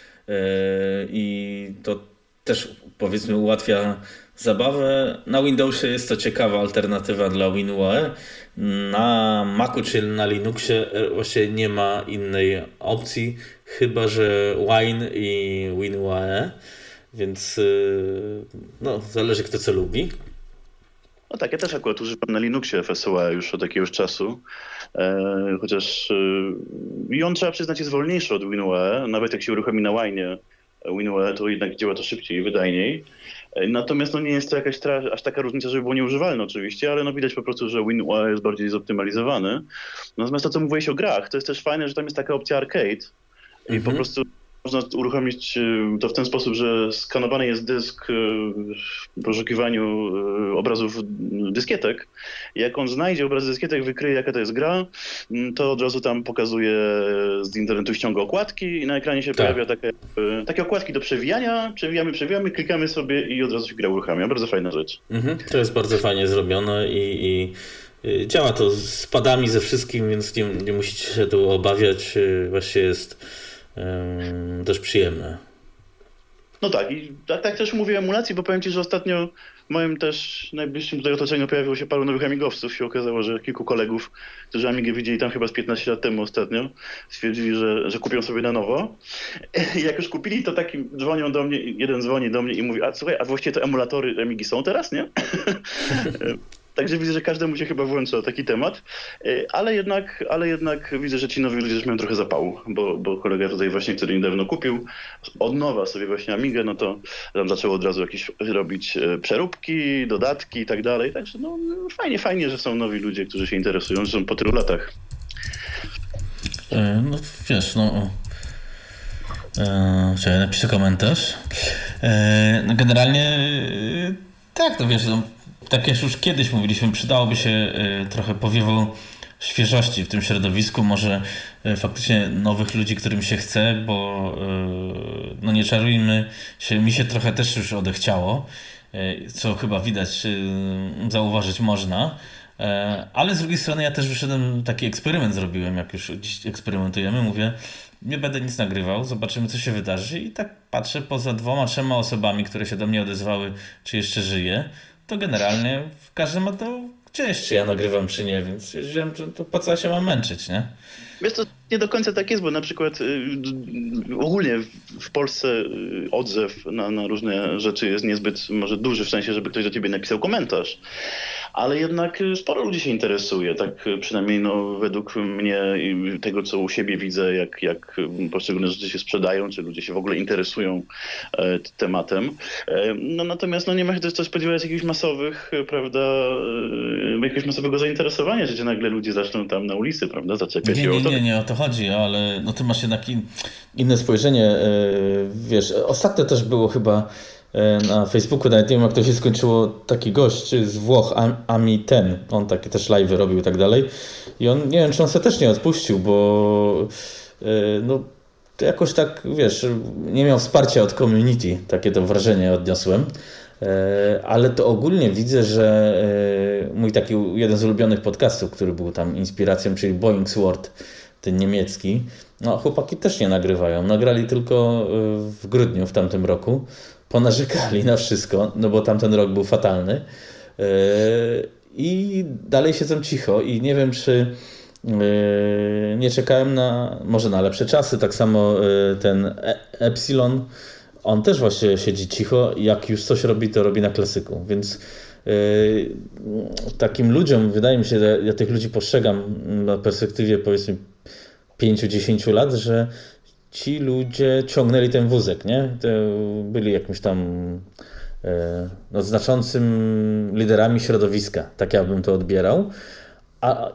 I to też powiedzmy ułatwia zabawę. Na Windowsie jest to ciekawa alternatywa dla WinUAE. Na Macu czy na Linuxie właśnie nie ma innej opcji, chyba że Wine i WinUAE, więc no, zależy kto co lubi. No tak, ja też akurat używam na Linuxie F S U A E już od jakiegoś czasu, e, chociaż e, i on trzeba przyznać jest wolniejszy od WinUAE, nawet jak się uruchomi na Wine WinUAE, to jednak działa to szybciej i wydajniej. Natomiast no nie jest to jakaś tra- aż taka różnica, żeby było nieużywalne oczywiście, ale no widać po prostu, że WinUAE jest bardziej zoptymalizowany. Natomiast to, co mówiłeś o grach, to jest też fajne, że tam jest taka opcja arcade i mhm. po prostu można uruchomić to w ten sposób, że skanowany jest dysk w poszukiwaniu obrazów dyskietek. Jak on znajdzie obraz dyskietek, wykryje jaka to jest gra, to od razu tam pokazuje z internetu, ściąga okładki i na ekranie się tak. pojawia takie, takie okładki do przewijania. Przewijamy, przewijamy, klikamy sobie i od razu się gra uruchamia. Bardzo fajna rzecz. Mhm. To jest bardzo fajnie zrobione i, i działa to z padami ze wszystkim, więc nie, nie musicie się tu obawiać. Właśnie jest też przyjemne. No tak, i tak, tak też mówię o emulacji, bo powiem Ci, że ostatnio w moim też najbliższym tutaj otoczeniu pojawiło się paru nowych amigowców. Się okazało, że kilku kolegów, którzy Amigę widzieli tam chyba z piętnaście lat temu ostatnio, stwierdzili, że, że kupią sobie na nowo. I jak już kupili, to takim dzwonią do mnie, jeden dzwoni do mnie i mówi, a słuchaj, a właściwie to emulatory Amigi są teraz, nie? Także widzę, że każdemu się chyba włącza taki temat, ale jednak, ale jednak widzę, że ci nowi ludzie też mają trochę zapału, bo, bo kolega tutaj właśnie, który niedawno kupił od nowa sobie właśnie Amigę, no to tam zaczął od razu jakieś robić przeróbki, dodatki i tak dalej, także no fajnie, fajnie, że są nowi ludzie, którzy się interesują, że są po tylu latach. No wiesz, no... Eee, Czekaj, napiszę komentarz. Eee, no generalnie tak, to wiesz, no, tak jak już kiedyś mówiliśmy, przydałoby się y, trochę powiewu świeżości w tym środowisku, może y, faktycznie nowych ludzi, którym się chce, bo y, no nie czarujmy się, mi się trochę też już odechciało, y, co chyba widać, y, zauważyć można, y, ale z drugiej strony ja też wyszedłem, taki eksperyment zrobiłem, jak już dziś eksperymentujemy, mówię, nie będę nic nagrywał, zobaczymy co się wydarzy i tak patrzę poza dwoma, trzema osobami, które się do mnie odezwały, czy jeszcze żyję, to generalnie każdy ma to gdzieś, czy ja nagrywam, czy nie, więc wiem, że to po co ja się mam męczyć, nie? Wiesz, to nie do końca tak jest, bo na przykład y, ogólnie w Polsce y, odzew na, na różne rzeczy jest niezbyt może duży, w sensie, żeby ktoś do ciebie napisał komentarz. Ale jednak sporo ludzi się interesuje, tak przynajmniej no, według mnie i tego, co u siebie widzę, jak, jak poszczególne rzeczy się sprzedają, czy ludzie się w ogóle interesują e, tematem. E, no, natomiast no, nie ma się też co spodziewać jakichś masowych, prawda, e, jakiegoś masowego zainteresowania, że gdzie nagle ludzie zaczną tam na ulicy, prawda, zaczepiać nie, się nie, o to. Nie, nie, o to chodzi, ale no, ty masz jednak in, inne spojrzenie, e, wiesz, ostatnio też było chyba na Facebooku, nawet nie wiem jak to się skończyło, taki gość z Włoch, Ami Ten, on takie też live robił i tak dalej. I on, nie wiem czy on się też nie odpuścił, bo no to jakoś tak, wiesz, nie miał wsparcia od community, takie to wrażenie odniosłem. Ale to ogólnie widzę, że mój taki jeden z ulubionych podcastów, który był tam inspiracją, czyli Boeing Sword, ten niemiecki, no chłopaki też nie nagrywają. Nagrali tylko w grudniu w tamtym roku. Ponarzekali na wszystko, no bo tamten rok był fatalny. I dalej siedzą cicho i nie wiem, czy nie czekałem na, może na lepsze czasy. Tak samo ten Epsilon, on też właśnie siedzi cicho, jak już coś robi, to robi na klasyku, więc yy, takim ludziom, wydaje mi się, że ja tych ludzi postrzegam na perspektywie powiedzmy pięć do dziesięciu lat, że ci ludzie ciągnęli ten wózek, nie? To byli jakimś tam yy, no, znaczącym liderami środowiska, tak ja bym to odbierał, a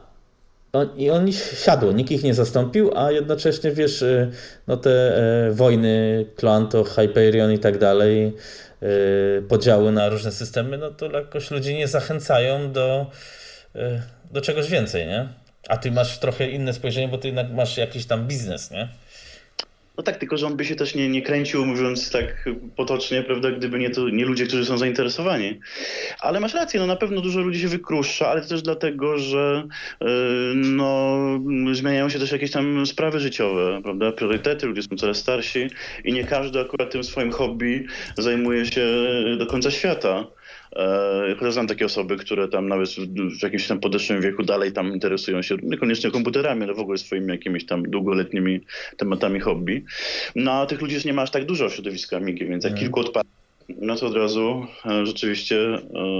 i oni siadło, nikt ich nie zastąpił, a jednocześnie wiesz, no te e, wojny, Kloanto, Hyperion i tak dalej, e, podziały na różne systemy, no to jakoś ludzi nie zachęcają do, e, do czegoś więcej, nie? A ty masz trochę inne spojrzenie, bo ty jednak masz jakiś tam biznes, nie? No tak, tylko że on by się też nie, nie kręcił, mówiąc tak potocznie, prawda, gdyby nie, to, nie ludzie, którzy są zainteresowani. Ale masz rację, no na pewno dużo ludzi się wykruszcza, ale to też dlatego, że yy, no, zmieniają się też jakieś tam sprawy życiowe, prawda, priorytety, ludzie są coraz starsi i nie każdy akurat tym swoim hobby zajmuje się do końca świata. Chociaż znam takie osoby, które tam nawet w jakimś tam podeszłym wieku dalej tam interesują się niekoniecznie komputerami, ale w ogóle swoimi jakimiś tam długoletnimi tematami hobby. No a tych ludzi już nie ma aż tak dużo w środowisku Amigi, więc jak mm. kilku odpadł, no to od razu e, rzeczywiście e,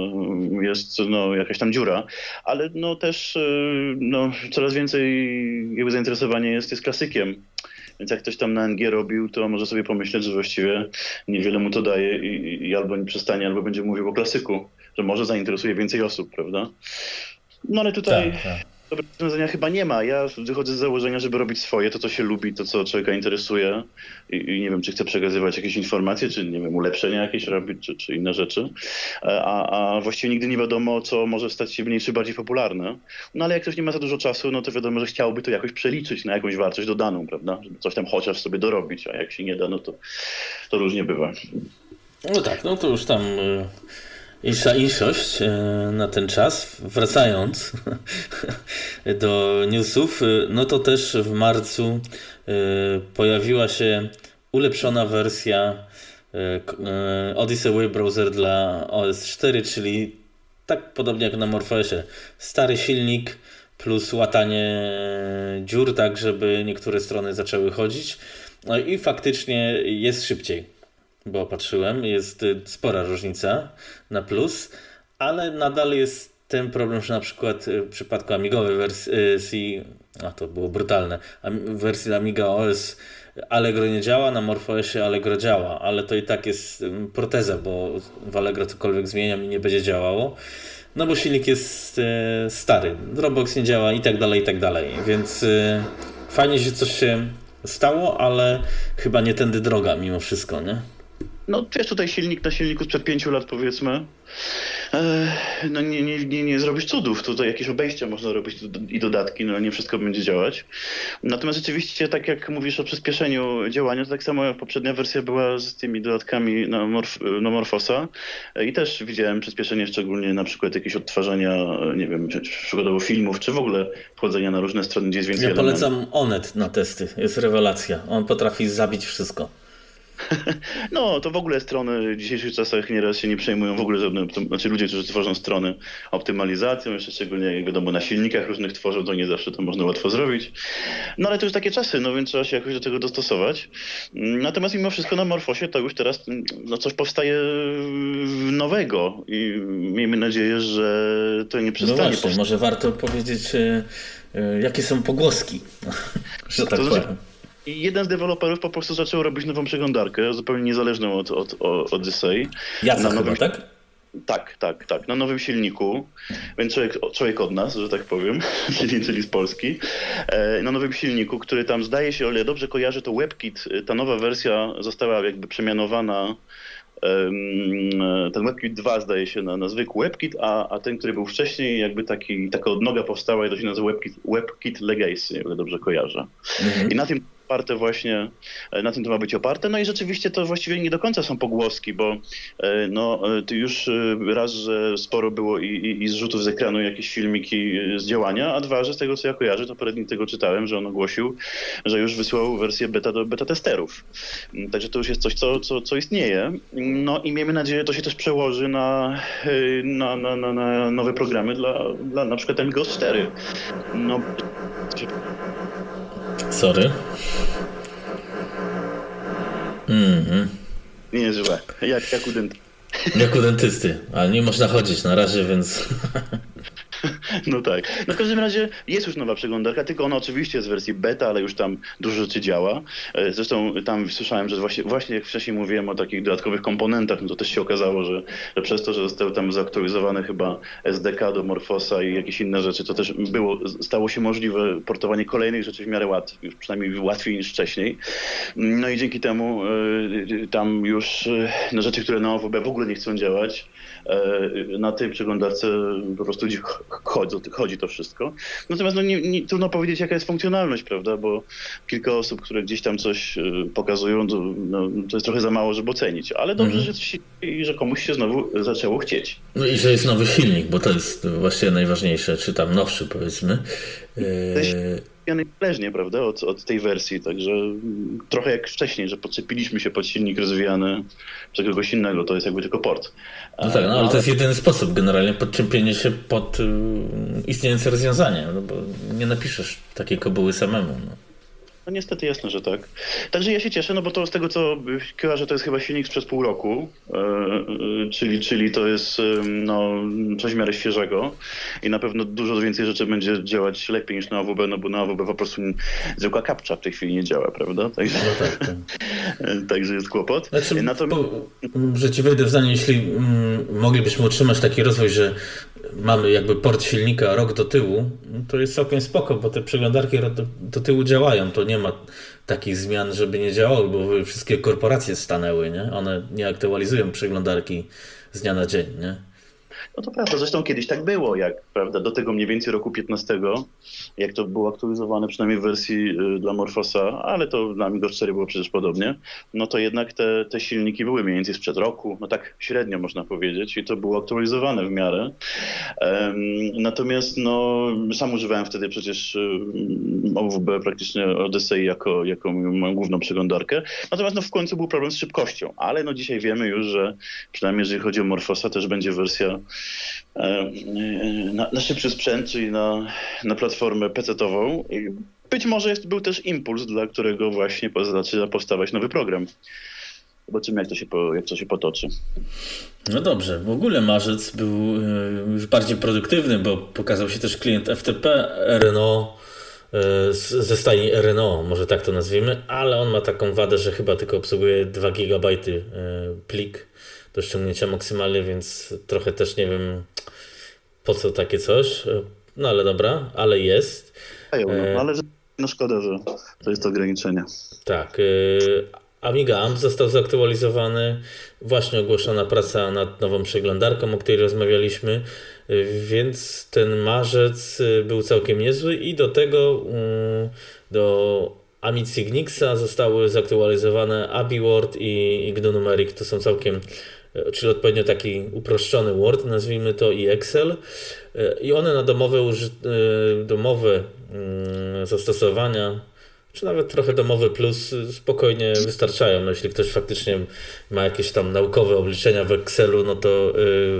jest no, jakaś tam dziura, ale no też e, no, coraz więcej jakby zainteresowanie jest, jest klasykiem. Więc jak ktoś tam na N G robił, to może sobie pomyśleć, że właściwie niewiele mu to daje i, i albo nie przestanie, albo będzie mówił o klasyku, że może zainteresuje więcej osób, prawda? No ale tutaj tak, tak. Dobre rozwiązania chyba nie ma. Ja wychodzę z założenia, żeby robić swoje, to co się lubi, to co człowieka interesuje i, i nie wiem, czy chcę przekazywać jakieś informacje, czy nie wiem, ulepszenia jakieś robić, czy, czy inne rzeczy. A, a właściwie nigdy nie wiadomo, co może stać się mniej czy bardziej popularne. No ale jak ktoś nie ma za dużo czasu, no to wiadomo, że chciałby to jakoś przeliczyć na jakąś wartość dodaną, prawda? Żeby coś tam chociaż sobie dorobić, a jak się nie da, no to, to różnie bywa. No tak, no to już tam... Insza inszość na ten czas. Wracając do newsów, no to też w marcu pojawiła się ulepszona wersja Odyssey Web Browser dla O S cztery, czyli tak podobnie jak na MorphOSie. Stary silnik plus łatanie dziur, tak żeby niektóre strony zaczęły chodzić. No i faktycznie jest szybciej. Bo patrzyłem, jest spora różnica na plus, ale nadal jest ten problem, że na przykład w przypadku amigowej wersji, a to było brutalne, w wersji Amiga O S Allegro nie działa, na MorphOSie Allegro działa, ale to i tak jest proteza, bo w Allegro cokolwiek zmieniam i nie będzie działało, no bo silnik jest stary, Dropbox nie działa i tak dalej, i tak dalej, więc fajnie, że coś się stało, ale chyba nie tędy droga mimo wszystko, nie? No wiesz, tutaj silnik na silniku sprzed pięciu lat powiedzmy, e, no nie, nie, nie, nie zrobisz cudów, tutaj jakieś obejścia można robić i dodatki, no nie wszystko będzie działać. Natomiast rzeczywiście, tak jak mówisz o przyspieszeniu działania, to tak samo poprzednia wersja była z tymi dodatkami na, Morf, na Morphosa i też widziałem przyspieszenie, szczególnie na przykład jakieś odtwarzania, nie wiem, przykładowo filmów, czy w ogóle wchodzenia na różne strony, gdzie jest więcej Ja polecam elementów. Onet na testy, jest rewelacja, on potrafi zabić wszystko. No, to w ogóle strony w dzisiejszych czasach nieraz się nie przejmują w ogóle żadne, to znaczy ludzie, którzy tworzą strony optymalizacją, jeszcze szczególnie jak wiadomo na silnikach różnych tworzą, to nie zawsze to można łatwo zrobić. No ale to już takie czasy, no więc trzeba się jakoś do tego dostosować. Natomiast mimo wszystko na Morphosie to już teraz no, coś powstaje nowego i miejmy nadzieję, że to nie przestanie. No właśnie, może warto powiedzieć, jakie są pogłoski, że tak to powiem. Znaczy... I jeden z deweloperów po prostu zaczął robić nową przeglądarkę, zupełnie niezależną od, od, od Odyssey. Jacek na nowym, chyba, tak? Tak, tak, tak. Na nowym silniku, więc człowiek, człowiek od nas, że tak powiem, czyli, czyli z Polski. Na nowym silniku, który tam zdaje się, o ile dobrze kojarzę, to WebKit, ta nowa wersja została jakby przemianowana ten WebKit dwa zdaje się na, na zwykły WebKit, a, a ten, który był wcześniej, jakby taki, taka odnoga powstała i to się nazywa WebKit, WebKit Legacy, o ile dobrze kojarzę. Mhm. I na tym oparte właśnie, na tym to ma być oparte, no i rzeczywiście to właściwie nie do końca są pogłoski, bo no to już raz, że sporo było i, i, i zrzutów z ekranu jakieś filmiki z działania, a dwa, że z tego co ja kojarzę, to parę dni tego czytałem, że on ogłosił, że już wysłał wersję beta do beta testerów. Także to już jest coś, co, co, co istnieje. No i miejmy nadzieję, że to się też przełoży na, na, na, na, na nowe programy dla, dla na przykład Amigos cztery. No... Sorry. Mhm. Nie jest źle. Jak, jak u dentysty. Jak u dentysty, ale nie można chodzić na razie, więc... No tak. No w każdym razie jest już nowa przeglądarka, tylko ona oczywiście jest w wersji beta, ale już tam dużo rzeczy działa. Zresztą tam słyszałem, że właśnie, właśnie jak wcześniej mówiłem o takich dodatkowych komponentach, no to też się okazało, że, że przez to, że zostały tam zaktualizowane chyba S D K do Morphosa i jakieś inne rzeczy, to też było, stało się możliwe portowanie kolejnych rzeczy w miarę łatwiej, już przynajmniej łatwiej niż wcześniej. No i dzięki temu y, tam już y, na rzeczy, które na O W B w ogóle nie chcą działać, y, na tej przeglądarce po prostu chodzi, chodzi to wszystko. Natomiast no, nie, nie, trudno powiedzieć, jaka jest funkcjonalność, prawda, bo kilka osób, które gdzieś tam coś y, pokazują, to, no, to jest trochę za mało, żeby ocenić. Ale dobrze, mm. że, się, że komuś się znowu zaczęło chcieć. No i że jest nowy silnik, bo to jest właściwie najważniejsze, czy tam nowszy, powiedzmy. Niezależnie, prawda, od, od tej wersji, także trochę jak wcześniej, że podczepiliśmy się pod silnik rozwijany przez kogoś innego, to jest jakby tylko port. No tak, no ale to jest jedyny sposób generalnie, podczepienie się pod y, istniejące rozwiązanie, no bo nie napiszesz takiej kobyły samemu. No. No niestety jasne, że tak. Także ja się cieszę, no bo to z tego co kojarzę, to jest chyba silnik sprzed pół roku, yy, czyli, czyli to jest yy, no, coś w miarę świeżego i na pewno dużo więcej rzeczy będzie działać lepiej niż na A W B, no bo na A W B po prostu zwykła kapcza w tej chwili nie działa, prawda? Także, no tak, tak. Także jest kłopot. Znaczy, Natomiast... po, że ci wejdę w zdanie, jeśli mm, moglibyśmy utrzymać taki rozwój, że mamy jakby port silnika rok do tyłu, to jest całkiem spoko, bo te przeglądarki do, do tyłu działają, to nie ma takich zmian, żeby nie działały, bo wszystkie korporacje stanęły, nie? One nie aktualizują przeglądarki z dnia na dzień, nie? No to prawda, zresztą kiedyś tak było, jak prawda, do tego mniej więcej roku piętnastego, jak to było aktualizowane przynajmniej w wersji y, dla Morphosa, ale to dla Amiga cztery było przecież podobnie, no to jednak te, te silniki były mniej więcej sprzed roku, no tak średnio można powiedzieć i to było aktualizowane w miarę. Um, natomiast no sam używałem wtedy przecież um, O W B praktycznie Odyssey jako, jako moją główną przeglądarkę, natomiast no w końcu był problem z szybkością, ale no dzisiaj wiemy już, że przynajmniej jeżeli chodzi o Morphosa też będzie wersja Na, na szybszy sprzęt, czyli na, na platformę pecetową. I być może jest, był też impuls, dla którego właśnie zaczyna powstawać nowy program. Zobaczymy, jak to się, po, jak to się potoczy. No dobrze, w ogóle marzec był już bardziej produktywny, bo pokazał się też klient F T P R N O ze stajni R N O, może tak to nazwijmy, ale on ma taką wadę, że chyba tylko obsługuje dwa gigabajty plik do ściągnięcia maksymalnie, więc trochę też nie wiem po co takie coś, no ale dobra, ale jest. No, ale no szkoda, że to jest to ograniczenie. Tak. Amiga A M P został zaktualizowany, właśnie ogłoszona praca nad nową przeglądarką, o której rozmawialiśmy, więc ten marzec był całkiem niezły i do tego do Amicy Ignixa zostały zaktualizowane AbiWord i GNU Numeric, to są całkiem, czyli odpowiednio taki uproszczony Word, nazwijmy to, i Excel. I one na domowe, domowe zastosowania, czy nawet trochę domowe plus, spokojnie wystarczają. No, jeśli ktoś faktycznie ma jakieś tam naukowe obliczenia w Excelu, no to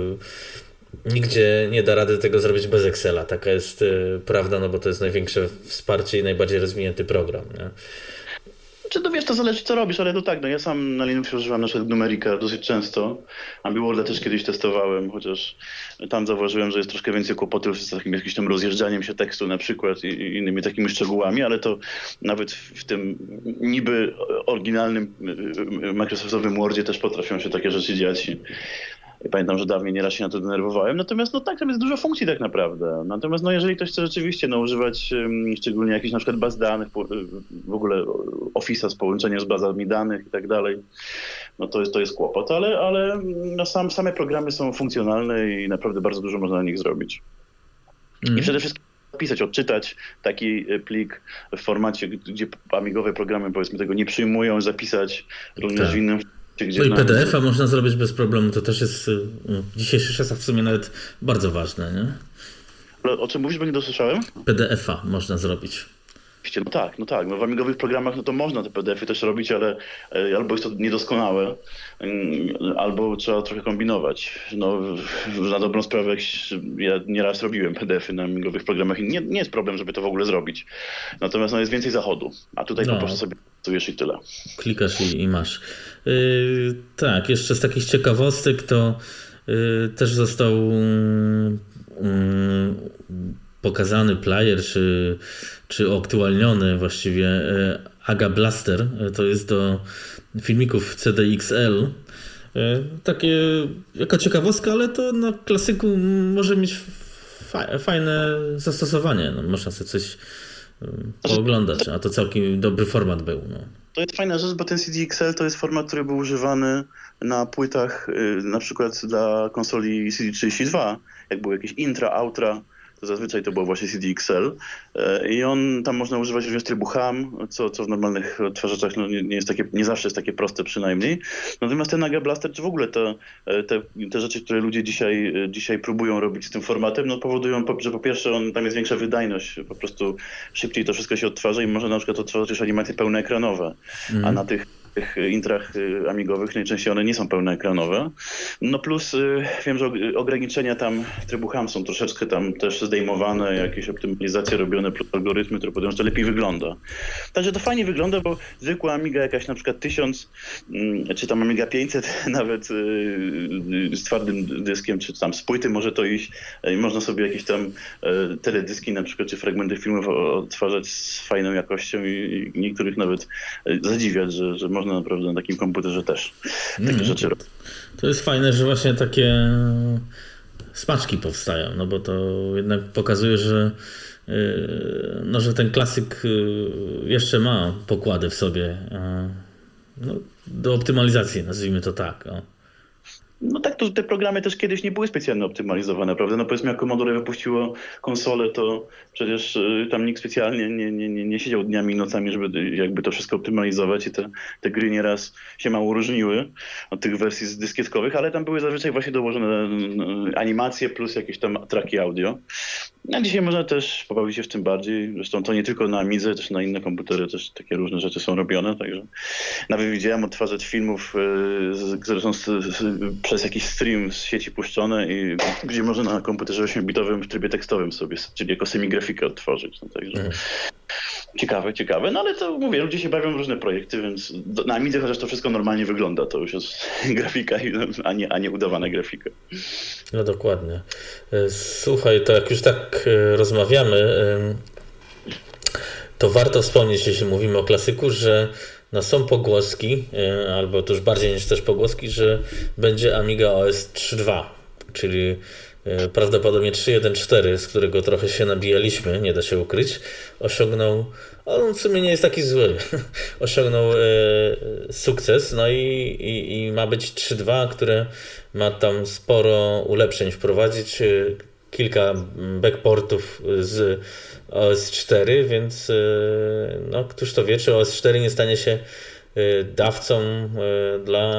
yy, nigdzie nie da rady tego zrobić bez Excela. Taka jest yy, prawda, no bo to jest największe wsparcie i najbardziej rozwinięty program, nie? Czy to wiesz, to zależy co robisz, ale to tak, no ja sam na Linuxie używam na przykład Numerica dosyć często. AbiWorda też kiedyś testowałem, chociaż tam zauważyłem, że jest troszkę więcej kłopotów z takim jakimś tam rozjeżdżaniem się tekstu na przykład i, i innymi takimi szczegółami, ale to nawet w, w tym niby oryginalnym Microsoftowym Wordzie też potrafią się takie rzeczy dziać. I pamiętam, że dawniej nieraz się na to denerwowałem. Natomiast no tak, tam jest dużo funkcji tak naprawdę. Natomiast no jeżeli ktoś chce rzeczywiście no, używać um, szczególnie jakichś na przykład baz danych, po, w ogóle Office'a z połączeniem z bazami danych i tak dalej, no to jest, to jest kłopot, ale, ale no, sam, same programy są funkcjonalne i naprawdę bardzo dużo można na nich zrobić. Mm. I przede wszystkim pisać, odczytać taki plik w formacie, gdzie amigowe programy powiedzmy tego nie przyjmują, zapisać również tak. w innym gdzie no i na... P D F a można zrobić bez problemu, to też jest w dzisiejszych czasach w sumie nawet bardzo ważne, nie? Ale o czym mówisz, bo nie dosłyszałem? P D F a można zrobić. No tak, no tak. No w amigowych programach no to można te P D F y też robić, ale albo jest to niedoskonałe, albo trzeba trochę kombinować. No na dobrą sprawę ja nieraz robiłem P D F y na amigowych programach i nie, nie jest problem, żeby to w ogóle zrobić. Natomiast no, jest więcej zachodu, a tutaj no. po prostu sobie pracujesz i tyle. Klikasz i, i masz. Yy, tak, jeszcze z takich ciekawostek to yy, też został yy, pokazany player, czy, czy aktualniony właściwie Aga Blaster, to jest do filmików C D X L. Takie jako ciekawostka, ale to na klasyku może mieć fa- fajne zastosowanie. No, można sobie coś pooglądać, a to całkiem dobry format był. No. To jest fajna rzecz, bo ten C D X L to jest format, który był używany na płytach na przykład dla konsoli C D trzydzieści dwa, jak były jakieś intra, outra. To zazwyczaj to było właśnie C D X L i on tam można używać również trybu ham, co, co w normalnych odtwarzaczach no, nie, nie, jest takie, nie zawsze jest takie proste przynajmniej. Natomiast ten Aga Blaster, czy w ogóle te, te, te rzeczy, które ludzie dzisiaj, dzisiaj próbują robić z tym formatem, no powodują, że po pierwsze on, tam jest większa wydajność, po prostu szybciej to wszystko się odtwarza i można na przykład odtwarzać już animacje pełnoekranowe, mm. a na tych W tych intrach amigowych najczęściej one nie są pełnoekranowe. No plus wiem, że ograniczenia tam trybu ham są troszeczkę tam też zdejmowane, jakieś optymalizacje robione plus algorytmy, które powodują, że to lepiej wygląda. Także to fajnie wygląda, bo zwykła Amiga jakaś na przykład tysiąc, czy tam Amiga pięćset nawet z twardym dyskiem, czy tam z płyty może to iść. Można sobie jakieś tam teledyski na przykład, czy fragmenty filmów odtwarzać z fajną jakością i niektórych nawet zadziwiać, że, że można naprawdę na takim komputerze też takie mm, rzeczy robić. To jest fajne, że właśnie takie smaczki powstają, no bo to jednak pokazuje, że no, że ten klasyk jeszcze ma pokłady w sobie no, do optymalizacji, nazwijmy to tak. O. No tak, to te programy też kiedyś nie były specjalnie optymalizowane, prawda? No powiedzmy, jak Commodore wypuściło konsolę, to przecież tam nikt specjalnie nie, nie, nie, nie siedział dniami i nocami, żeby jakby to wszystko optymalizować i te, te gry nieraz się mało różniły od tych wersji dyskietkowych, ale tam były zazwyczaj właśnie dołożone animacje plus jakieś tam traki audio. A dzisiaj można też pobawić się w tym bardziej. Zresztą to nie tylko na Amidze, też na inne komputery też takie różne rzeczy są robione, także nawet widziałem odtwarzać filmów, które są z, z, przez jakiś stream z sieci puszczone i gdzie można na komputerze ośmiobitowym w trybie tekstowym sobie, czyli jako semigrafikę odtworzyć. No, także mhm. Ciekawe, ciekawe, no ale to mówię, ludzie się bawią w różne projekty, więc do, na Amidze chociaż to wszystko normalnie wygląda, to już jest grafika, a nie, a nie udawana grafika. No dokładnie. Słuchaj, to jak już tak rozmawiamy, to warto wspomnieć, jeśli mówimy o klasyku, że no są pogłoski, albo to już bardziej niż też pogłoski, że będzie Amiga O S trzy dwa, czyli prawdopodobnie trzy jeden cztery, z którego trochę się nabijaliśmy, nie da się ukryć, osiągnął, on w sumie nie jest taki zły, osiągnął e, sukces, no i, i, i ma być trzy dwa, które ma tam sporo ulepszeń wprowadzić, kilka backportów z O S cztery, więc e, no któż to wie, czy O S cztery nie stanie się e, dawcą e, dla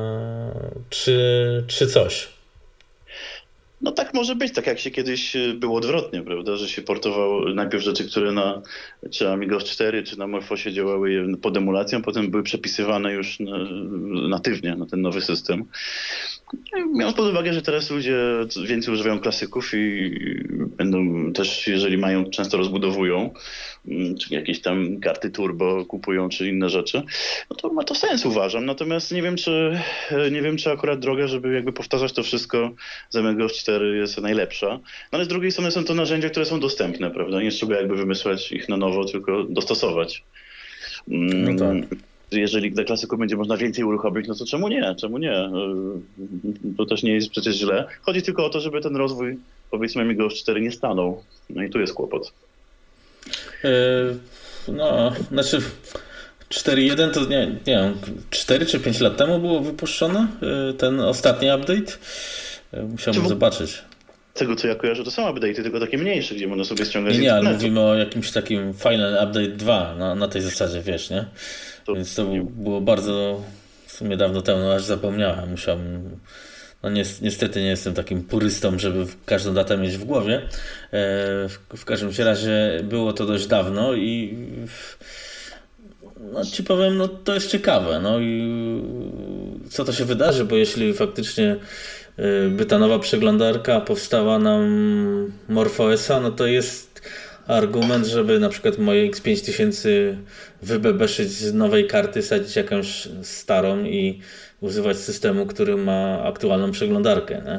trzy coś. No tak może być, tak jak się kiedyś było odwrotnie, prawda, że się portowało najpierw rzeczy, które na czy Amiga cztery, czy na Morfosie działały pod emulacją, potem były przepisywane już na, natywnie na ten nowy system. Biorąc pod uwagę, że teraz ludzie więcej używają klasyków i będą też, jeżeli mają, często rozbudowują, czy jakieś tam karty turbo kupują, czy inne rzeczy, no to ma to sens, uważam. Natomiast nie wiem, czy nie wiem, czy akurat droga, żeby jakby powtarzać to wszystko z Amiga cztery jest najlepsza. No ale z drugiej strony są to narzędzia, które są dostępne, prawda? Nie trzeba jakby wymyślać ich na nowo, tylko dostosować. No tak. jeżeli dla klasyków będzie można więcej uruchomić, no to czemu nie? Czemu nie? To też nie jest przecież źle. Chodzi tylko o to, żeby ten rozwój, powiedzmy, Amiga cztery nie stanął. No i tu jest kłopot. Yy, no, znaczy cztery jeden to nie, nie wiem, cztery czy pięć lat temu było wypuszczone yy, ten ostatni update? Yy, musiałbym Czy... zobaczyć. Z tego, co ja kojarzę, to są update'y, tylko takie mniejsze, gdzie można sobie ściągać nie, z nie, ale internetu. mówimy o jakimś takim Final Update dwa na, na tej zasadzie, wiesz, nie? To Więc to było bardzo w sumie dawno temu, no aż zapomniałem. Musiałem, no niestety nie jestem takim purystą, żeby każdą datę mieć w głowie. W, w każdym razie było to dość dawno i no ci powiem, no to jest ciekawe. No i co to się wydarzy, bo jeśli faktycznie by ta nowa przeglądarka powstała na MorphOS-a, no to jest argument, żeby na przykład moje X pięć tysięcy wybebeszyć z nowej karty, sadzić jakąś starą i używać systemu, który ma aktualną przeglądarkę, nie?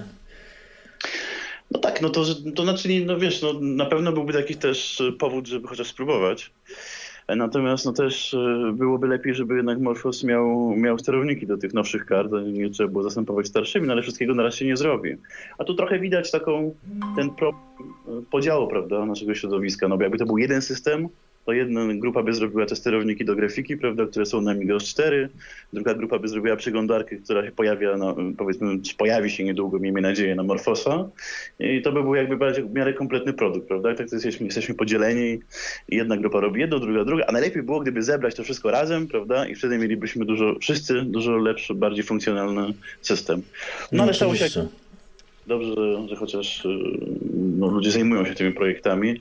No tak, no to, to znaczy, no wiesz, no na pewno byłby taki też powód, żeby chociaż spróbować. Natomiast no też byłoby lepiej, żeby jednak Morphos miał, miał sterowniki do tych nowszych kart, nie trzeba było zastępować starszymi, no ale wszystkiego na razie się nie zrobi. A tu trochę widać taką, ten problem podziału, prawda, naszego środowiska, no bo jakby to był jeden system, to jedna grupa by zrobiła te sterowniki do grafiki, prawda, które są na Amiga cztery, druga grupa by zrobiła przeglądarkę, która się pojawia, no, powiedzmy, czy pojawi się niedługo, miejmy nadzieję, na Morphosa i to by był jakby bardziej w miarę kompletny produkt, prawda, tak to jesteśmy, jesteśmy podzieleni i jedna grupa robi jedno, druga druga, a najlepiej było, gdyby zebrać to wszystko razem, prawda, i wtedy mielibyśmy dużo, wszyscy dużo lepszy, bardziej funkcjonalny system. No ale stało się dobrze, że chociaż no, ludzie zajmują się tymi projektami.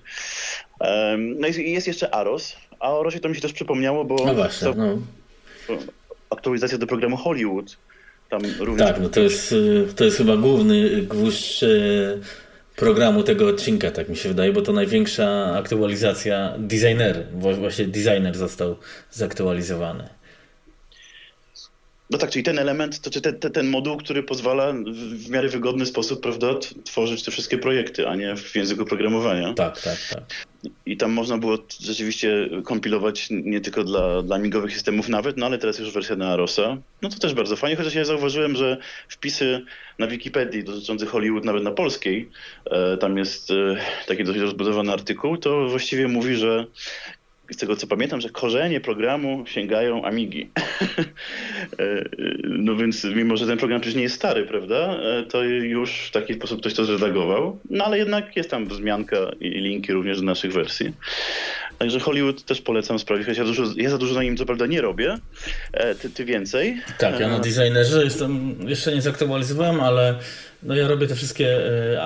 No i jest jeszcze Aros, a o Arosie to mi się też przypomniało, bo no właśnie, no. aktualizacja do programu Hollywood. Tam również... Tak, no to jest, to jest chyba główny gwóźdź programu tego odcinka, tak mi się wydaje, bo to największa aktualizacja designer, właśnie designer został zaktualizowany. No tak, czyli ten element, to czy ten, ten moduł, który pozwala w miarę wygodny sposób, prawda, tworzyć te wszystkie projekty, a nie w języku programowania. Tak, tak, tak. I tam można było rzeczywiście kompilować nie tylko dla, dla amigowych systemów nawet, no ale teraz już wersja na Arosa. No to też bardzo fajnie, chociaż ja zauważyłem, że wpisy na Wikipedii dotyczące Hollywood, nawet na polskiej, e, tam jest e, taki dość rozbudowany artykuł, to właściwie mówi, że z tego co pamiętam, że korzenie programu sięgają Amigi. No więc mimo, że ten program przecież nie jest stary, prawda, to już w taki sposób ktoś to zredagował. No ale jednak jest tam wzmianka i linki również do naszych wersji. Także Hollywood też polecam sprawdzić, chociaż ja, dużo, ja za dużo na nim co prawda nie robię, ty, ty więcej. Tak, ja na designerze jestem, jeszcze nie zaktualizowałem, ale no ja robię te wszystkie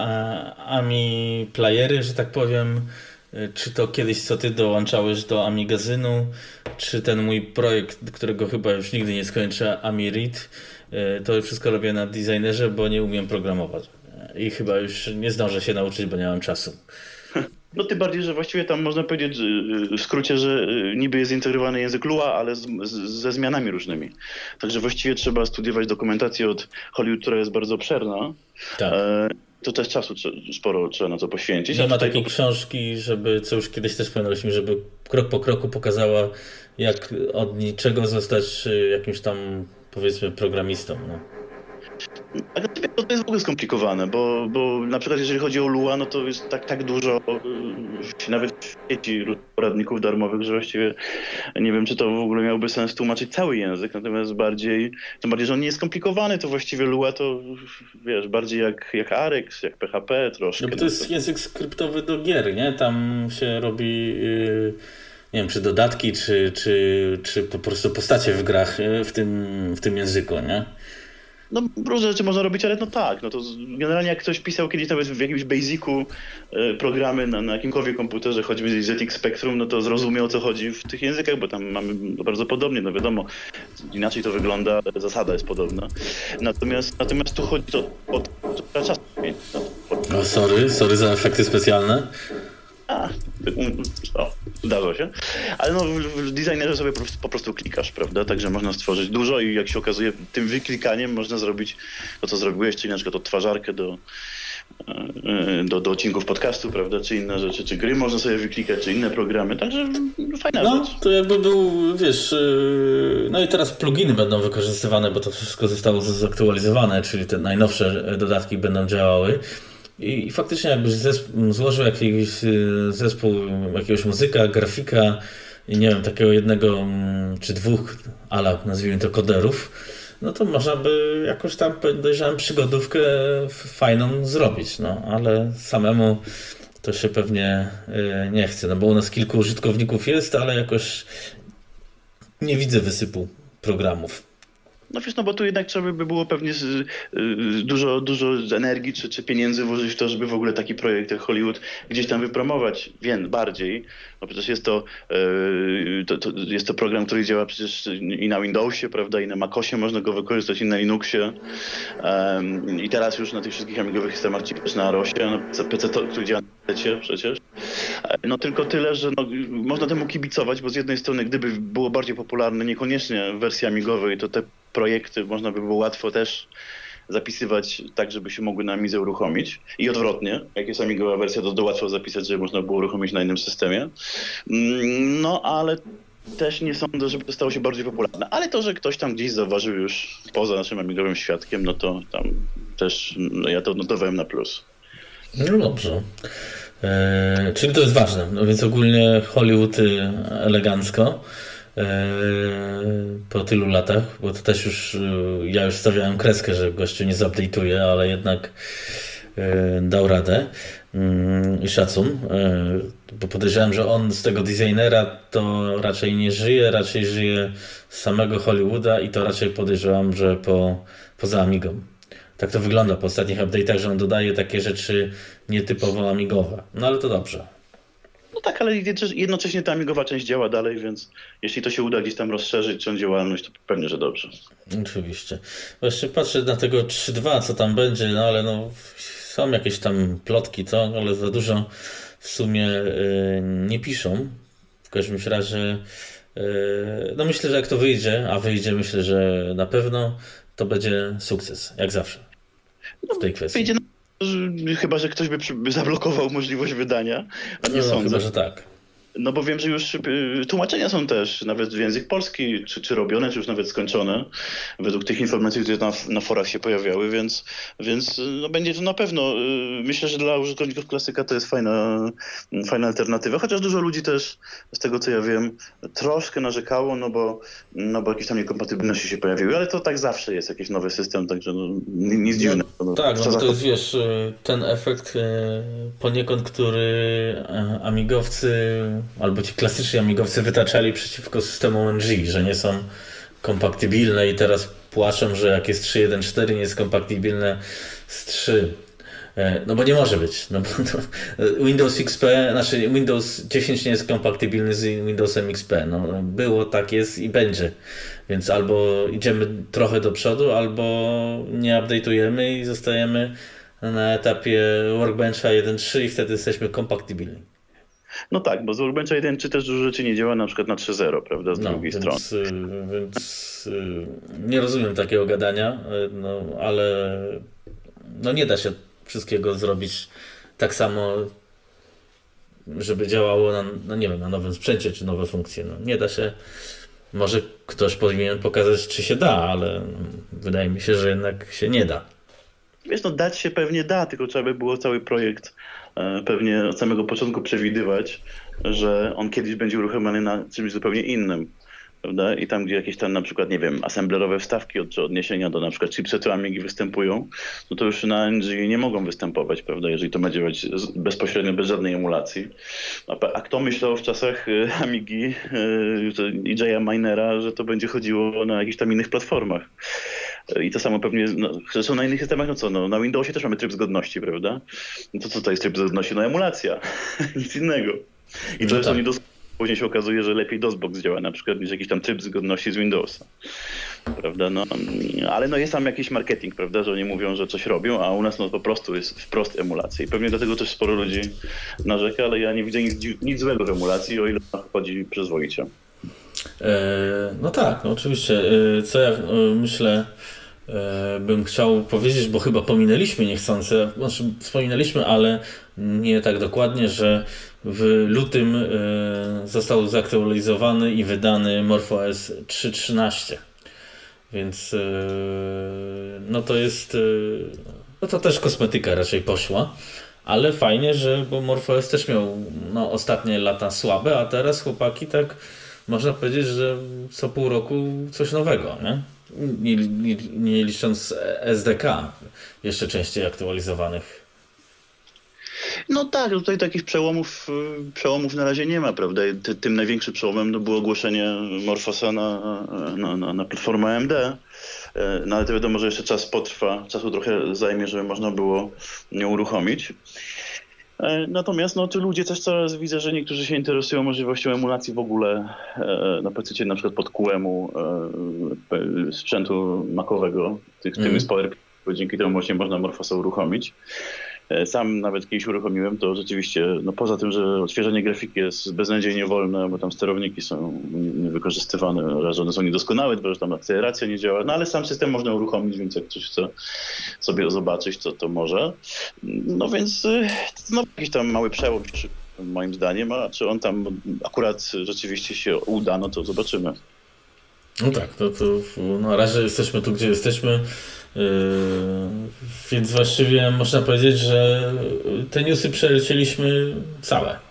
Ami playery, że tak powiem. Czy to kiedyś, co ty dołączałeś do Amigazynu, czy ten mój projekt, którego chyba już nigdy nie skończę, AmiRead, to wszystko robię na designerze, bo nie umiem programować. I chyba już nie zdążę się nauczyć, bo nie mam czasu. No tym bardziej, że właściwie tam można powiedzieć w skrócie, że niby jest zintegrowany język Lua, ale z, z, ze zmianami różnymi. Także właściwie trzeba studiować dokumentację od Hollywood, która jest bardzo obszerna. Tak. E, to też czasu sporo trzeba na to poświęcić. Nie ma takiej po... książki, żeby, co już kiedyś też wspominaliśmy, żeby krok po kroku pokazała, jak od niczego zostać jakimś tam, powiedzmy, programistą. No. To jest w ogóle skomplikowane, bo, bo na przykład jeżeli chodzi o Lua, no to jest tak, tak dużo, nawet w sieci poradników darmowych, że właściwie nie wiem, czy to w ogóle miałoby sens tłumaczyć cały język, natomiast bardziej, tym bardziej, że on nie jest skomplikowany, to właściwie Lua to, wiesz, bardziej jak, jak Arex, jak P H P troszkę. No bo to jest język skryptowy do gier, nie? Tam się robi... Yy... Nie wiem, czy dodatki, czy, czy, czy po prostu postacie w grach w tym, w tym języku, nie? No różne rzeczy można robić, ale no tak, no to generalnie jak ktoś pisał kiedyś nawet w jakimś Basicu e, programy na, na jakimkolwiek komputerze, choćby Z X Spectrum, no to zrozumiał, o co chodzi w tych językach, bo tam mamy bardzo podobnie, no wiadomo, inaczej to wygląda, zasada jest podobna. Natomiast, natomiast tu chodzi o, o, o czas. No sorry, sorry za efekty specjalne. A, o, zdarza się. Ale no w designerze sobie po prostu, po prostu klikasz, prawda? Także można stworzyć dużo i jak się okazuje, tym wyklikaniem można zrobić to, co zrobiłeś, czyli na przykład odtwarzarkę do, do, do odcinków podcastu, prawda, czy inne rzeczy, czy gry można sobie wyklikać, czy inne programy, także fajna no, rzecz. To jakby był, wiesz, no i teraz pluginy będą wykorzystywane, bo to wszystko zostało zaktualizowane, czyli te najnowsze dodatki będą działały. I, i faktycznie jakbyś zesp- złożył jakiś zespół, jakiegoś muzyka, grafika, i nie wiem, takiego jednego czy dwóch, ala nazwijmy to koderów, no to można by jakoś tam, podejrzewam, przygodówkę fajną zrobić, no ale samemu to się pewnie nie chce, no bo u nas kilku użytkowników jest, ale jakoś nie widzę wysypu programów. No wiesz, no bo tu jednak trzeba by było pewnie z, y, dużo, dużo energii czy, czy pieniędzy włożyć w to, żeby w ogóle taki projekt jak Hollywood gdzieś tam wypromować, wiem, bardziej. No przecież jest to, y, to, to, jest to program, który działa przecież i na Windowsie, prawda, i na Macosie można go wykorzystać, i na Linuxie. Um, I teraz już na tych wszystkich amigowych systemach, czy na Arosie, na P C, który działa na P C przecież. No tylko tyle, że no, można temu kibicować, bo z jednej strony, gdyby było bardziej popularne, niekoniecznie w wersji amigowej, to te projekty można by było łatwo też zapisywać tak, żeby się mogły na Amidze uruchomić. I odwrotnie, jak jest amigowa wersja, to, to łatwo zapisać, żeby można było uruchomić na innym systemie. No ale też nie sądzę, żeby to stało się bardziej popularne. Ale to, że ktoś tam gdzieś zauważył już poza naszym amigowym świadkiem, no to tam też no, ja to odnotowałem na plus. No dobrze. Eee, czyli to jest ważne. No więc ogólnie Hollywood elegancko. Po tylu latach, bo to też już ja już stawiałem kreskę, że gościu nie zupdate'uje, ale jednak dał radę i szacun, bo podejrzewam, że on z tego designera to raczej nie żyje, raczej żyje z samego Hollywooda i to raczej podejrzewam, że po, poza Amigą. Tak to wygląda po ostatnich update'ach, że on dodaje takie rzeczy nietypowo amigowe. No ale to dobrze. No tak, ale jednocześnie ta amigowa część działa dalej, więc jeśli to się uda gdzieś tam rozszerzyć tą działalność, to pewnie, że dobrze. Oczywiście. Właśnie patrzę na tego trzy dwa, co tam będzie, no ale no są jakieś tam plotki, to, ale za dużo w sumie yy, nie piszą. W każdym razie yy, no myślę, że jak to wyjdzie, a wyjdzie myślę, że na pewno to będzie sukces, jak zawsze w tej kwestii. Wyjdzie na... Chyba, że ktoś by, przy... by zablokował możliwość wydania, a nie no, sądzę. Chyba, że tak. No bo wiem, że już tłumaczenia są też nawet w język polski, czy, czy robione, czy już nawet skończone, według tych informacji, które na, na forach się pojawiały, więc, więc no będzie to na pewno, myślę, że dla użytkowników klasyka to jest fajna, fajna alternatywa, chociaż dużo ludzi też, z tego co ja wiem, troszkę narzekało, no bo, no bo jakieś tam niekompatybilności się pojawiły, ale to tak zawsze jest, jakiś nowy system, także no, nic dziwnego. No, tak, no to jest, wiesz, ten efekt poniekąd, który amigowcy albo ci klasyczni amigowcy wytaczali przeciwko systemom N G, że nie są kompatybilne i teraz płaczą, że jak jest trzy jeden cztery nie jest kompatybilne z trzy. No bo nie może być. No bo to Windows X P, znaczy Windows dziesięć nie jest kompatybilny z Windowsem X P. No było, tak jest i będzie. Więc albo idziemy trochę do przodu, albo nie update'ujemy i zostajemy na etapie Workbencha jeden trzy i wtedy jesteśmy kompatybilni. No tak, bo z Workbencha jeden trzy też dużo rzeczy nie działa, na przykład na trzy zero, prawda, z no, drugiej więc, strony. Więc nie rozumiem takiego gadania, no ale no nie da się wszystkiego zrobić tak samo, żeby działało na, no nie wiem, na nowym sprzęcie czy nowe funkcje. No, nie da się, może ktoś powinien pokazać, czy się da, ale wydaje mi się, że jednak się nie da. Wiesz, no dać się pewnie da, tylko trzeba by było cały projekt e, pewnie od samego początku przewidywać, że on kiedyś będzie uruchomiony na czymś zupełnie innym, prawda? I tam, gdzie jakieś tam na przykład, nie wiem, assemblerowe wstawki od, czy odniesienia do na przykład chipsetu Amigi występują, no to już na N G nie mogą występować, prawda? Jeżeli to ma działać bezpośrednio, bez żadnej emulacji. A, a kto myślał w czasach Amigi i Jaya Minera, że to będzie chodziło na jakichś tam innych platformach? I to samo pewnie, no, zresztą na innych systemach, no co, no, na Windowsie też mamy tryb zgodności, prawda? No to co to jest tryb zgodności? No emulacja, nic innego. I to zresztą tak. Później się okazuje, że lepiej DOSBox działa na przykład niż jakiś tam tryb zgodności z Windowsa, prawda? No, ale no jest tam jakiś marketing, prawda, że oni mówią, że coś robią, a u nas no po prostu jest wprost emulacja. I pewnie dlatego też sporo ludzi narzeka, ale ja nie widzę nic, nic złego w emulacji, o ile ona chodzi przyzwoicie. No tak, no oczywiście. Co ja myślę, bym chciał powiedzieć, bo chyba pominęliśmy niechcący, znaczy wspominaliśmy, ale nie tak dokładnie, że w lutym został zaktualizowany i wydany MorphOS trzy kropka trzynaście. Więc no to jest, no to też kosmetyka raczej poszła, ale fajnie, że bo MorphOS też miał no, ostatnie lata słabe, a teraz chłopaki tak można powiedzieć, że co pół roku coś nowego, nie? Nie, nie, nie licząc S D K jeszcze częściej aktualizowanych. No tak, tutaj takich przełomów, przełomów na razie nie ma, prawda? Ty, tym największym przełomem no, było ogłoszenie Morphosa na, na, na, na platformę A M D. No ale to wiadomo, że jeszcze czas potrwa, czasu trochę zajmie, żeby można było ją uruchomić. Natomiast no, czy ludzie też coraz widzę, że niektórzy się interesują możliwością emulacji w ogóle na P C, na przykład pod Q M-u sprzętu macowego, tych, mm. tym jest Power, dzięki temu właśnie można Morphosa uruchomić. Sam nawet kiedyś uruchomiłem, to rzeczywiście, no poza tym, że odświeżenie grafiki jest beznadziejnie wolne, bo tam sterowniki są niewykorzystywane, raz, że one są niedoskonałe, dwa, że tam akceleracja nie działa, no ale sam system można uruchomić, więc jak ktoś chce sobie zobaczyć, to, to może. No więc no, jakiś tam mały przełom, moim zdaniem, a czy on tam akurat rzeczywiście się uda, no to zobaczymy. No tak, to, to na razie jesteśmy tu, gdzie jesteśmy. Yy, więc właściwie można powiedzieć, że te newsy przelecieliśmy całe.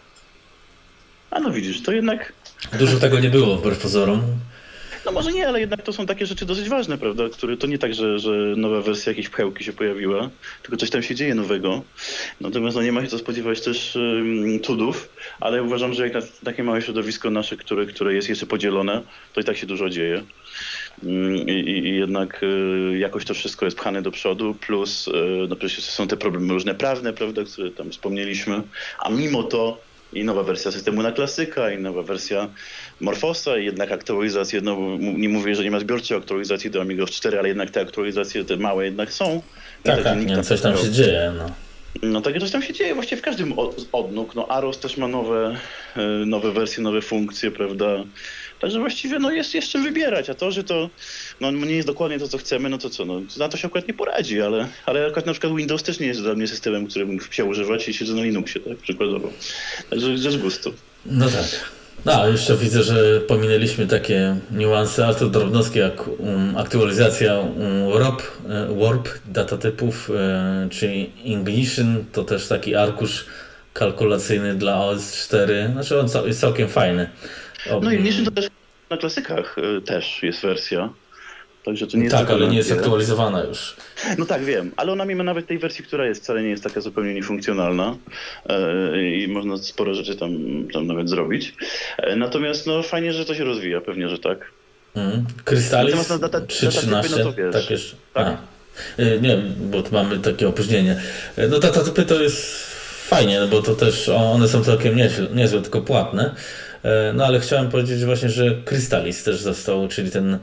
A no widzisz, to jednak... Dużo tego nie było wbrew pozorom. No może nie, ale jednak to są takie rzeczy dosyć ważne, prawda? Które to nie tak, że, że nowa wersja jakiejś pchełki się pojawiła, tylko coś tam się dzieje nowego. Natomiast no nie ma się co spodziewać też um, cudów, ale uważam, że jak na takie małe środowisko nasze, które, które jest jeszcze podzielone, to i tak się dużo dzieje. I, i jednak y, jakoś to wszystko jest pchane do przodu, plus y, no przecież są te problemy różne prawne, prawda, które tam wspomnieliśmy, a mimo to i nowa wersja systemu na klasyka, i nowa wersja Morphosa, i jednak aktualizacje, no nie mówię, że nie ma zbiorczej aktualizacji do Amiga cztery, ale jednak te aktualizacje, te małe jednak są. Tak, tak, nie, coś tam się dzieje, no. No tak, coś tam się dzieje właściwie w każdym od, odnóg, no Aros też ma nowe, y, nowe wersje, nowe funkcje, prawda. Także właściwie no jest, jest czym wybierać, a to, że to no, nie jest dokładnie to, co chcemy, no to co, no na to się akurat nie poradzi, ale, ale akurat na przykład Windows też nie jest dla mnie systemem, który bym chciał używać i siedzę na Linuxie, tak, przykładowo. Także rzecz gustu. No tak. No, a jeszcze widzę, że pominęliśmy takie niuanse, a to drobnostki jak um, aktualizacja um, warp, e, warp datatypów, e, czyli Ignition, to też taki arkusz kalkulacyjny dla O S cztery, znaczy on jest całkiem fajny. Ob... No Ignition to też na klasykach y, też jest wersja. Także to nie jest tak, ale nie jest aktualizowana już. No tak, wiem, ale ona mimo nawet tej wersji, która jest, wcale nie jest taka zupełnie niefunkcjonalna yy, i można sporo rzeczy tam, tam nawet zrobić. Yy, natomiast no fajnie, że to się rozwija, pewnie, że tak. Mm. Crystallis trzy trzynaście, no tak jeszcze. Tak? Yy, nie, bo tu mamy takie opóźnienie. Yy, no datatypy to jest fajnie, no bo to też one są całkiem niezłe, niezłe tylko płatne. No ale chciałem powiedzieć właśnie, że Crystallis też został, czyli ten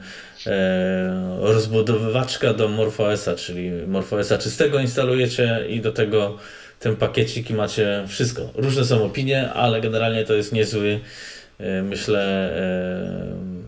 e, rozbudowywaczka do MorphOSa, czyli MorphOSa czystego instalujecie i do tego ten pakiecik i macie wszystko. Różne są opinie, ale generalnie to jest niezły, e, myślę, e,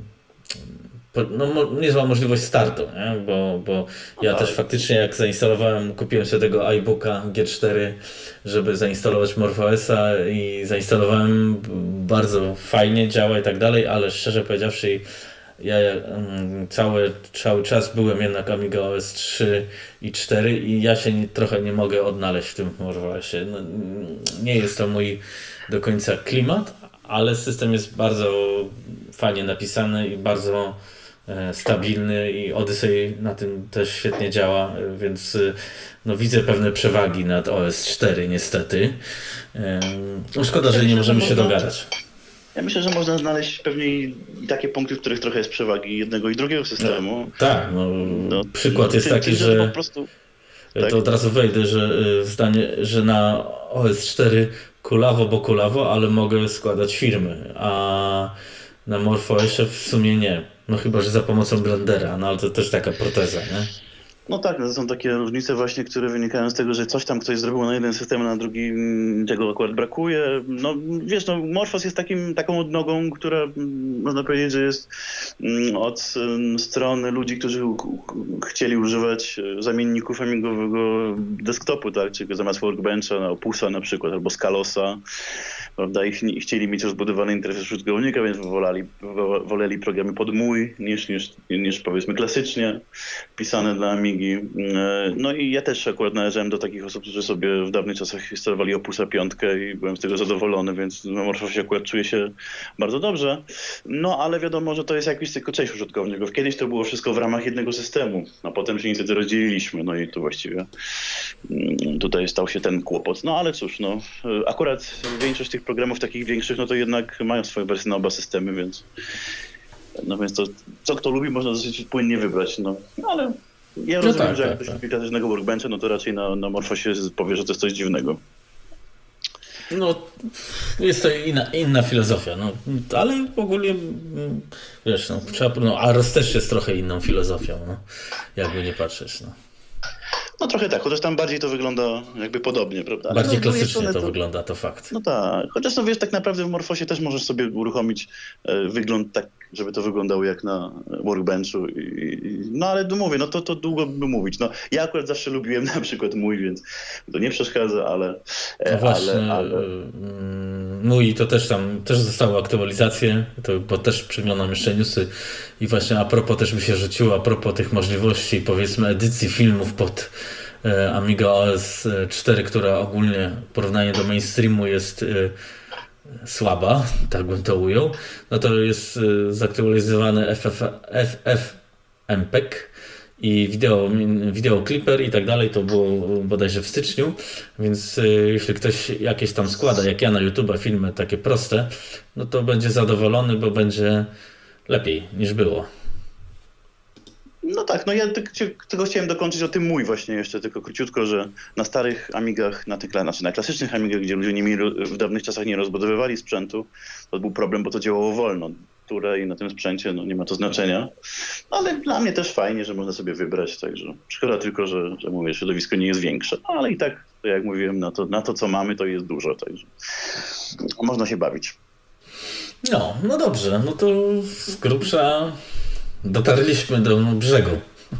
no, niezła możliwość startu, nie? Bo, bo ja też faktycznie jak zainstalowałem, kupiłem sobie tego iBooka G cztery, żeby zainstalować MorphOSa i zainstalowałem, bardzo fajnie działa i tak dalej, ale szczerze powiedziawszy ja cały, cały czas byłem jednak Amiga O S trzy i cztery i ja się nie, trochę nie mogę odnaleźć w tym MorphOSie. No, nie jest to mój do końca klimat, ale system jest bardzo fajnie napisany i bardzo stabilny i Odyssey na tym też świetnie działa, więc no, widzę pewne przewagi nad O S cztery niestety. No, szkoda, że nie możemy się dogadać. Ja myślę, że można znaleźć pewnie i takie punkty, w których trochę jest przewagi jednego i drugiego systemu. No, tak, no, no, przykład jest taki, że po prostu, tak? To od razu wejdę, że zdanie, że na O S cztery kulawo, bo kulawo, ale mogę składać firmy, a na MorphOSie w sumie nie. No chyba, że za pomocą Blendera, no ale to też taka proteza, nie? No tak, no to są takie różnice właśnie, które wynikają z tego, że coś tam ktoś zrobił na jeden system, a na drugi tego akurat brakuje. No wiesz, no Morphos jest takim, taką odnogą, która można powiedzieć, że jest od strony ludzi, którzy chcieli używać zamienników amigowego desktopu, tak, czyli zamiast Workbencha, na Opusa na przykład, albo Scalosa, prawda, i chcieli mieć rozbudowany interfejs użytkownika, więc wolali, woleli programy pod mój niż, niż, niż powiedzmy klasycznie pisane dla Amigi. No i ja też akurat należałem do takich osób, którzy sobie w dawnych czasach instalowali Opusa piątkę i byłem z tego zadowolony, więc na Morphosie akurat czuję się bardzo dobrze. No ale wiadomo, że to jest jakiś tylko część użytkowników. Kiedyś to było wszystko w ramach jednego systemu, a potem się niestety rozdzieliliśmy, no i tu właściwie tutaj stał się ten kłopot. No ale cóż, no akurat większość tych programów takich większych, no to jednak mają swoje wersje na oba systemy, więc no więc to co kto lubi, można dosyć płynnie wybrać, no, no ale ja rozumiem, no tak, że jak ktoś lubi klasycznego Workbencha, no to raczej na, na Morphosie powie, że to jest coś dziwnego. No, jest to inna, inna filozofia, no, ale ogólnie, wiesz, no, trzeba, no, Aros też jest trochę inną filozofią, no, jakby nie patrzeć, no. No trochę tak, chociaż tam bardziej to wygląda jakby podobnie, prawda? Bardziej no, klasycznie to, to wygląda, to fakt. No tak, chociaż no wiesz, tak naprawdę w Morphosie też możesz sobie uruchomić e, wygląd tak, żeby to wyglądało jak na Workbenchu. I, i, no ale no mówię, no to, to długo by mówić. No, ja akurat zawsze lubiłem na przykład mój, więc to nie przeszkadza, ale... E, no właśnie, ale, ale... mój to też tam, też zostały aktualizacje, to, bo też przeglądam jeszcze newsy i właśnie a propos też mi się rzuciło, a propos tych możliwości, powiedzmy, edycji filmów pod Amiga O S cztery, która ogólnie w porównaniu do mainstreamu jest y, słaba, tak bym to ujął, no to jest y, zaktualizowany F F M P E G i wideo, wideo clipper i tak dalej, to było bodajże w styczniu, więc y, jeśli ktoś jakieś tam składa, jak ja na YouTube'a, filmy takie proste, no to będzie zadowolony, bo będzie lepiej niż było. No tak, no ja tylko chciałem dokończyć o tym mój właśnie jeszcze, tylko króciutko, że na starych Amigach, na tych znaczy na klasycznych Amigach, gdzie ludzie nie mieli, w dawnych czasach nie rozbudowywali sprzętu, to był problem, bo to działało wolno. Które i na tym sprzęcie no nie ma to znaczenia, ale dla mnie też fajnie, że można sobie wybrać, także szkoda tylko, że, że mówię, środowisko nie jest większe, no, ale i tak, to jak mówiłem, na to, na to co mamy, to jest dużo, także można się bawić. No, no dobrze, no to z grubsza dotarliśmy do brzegu.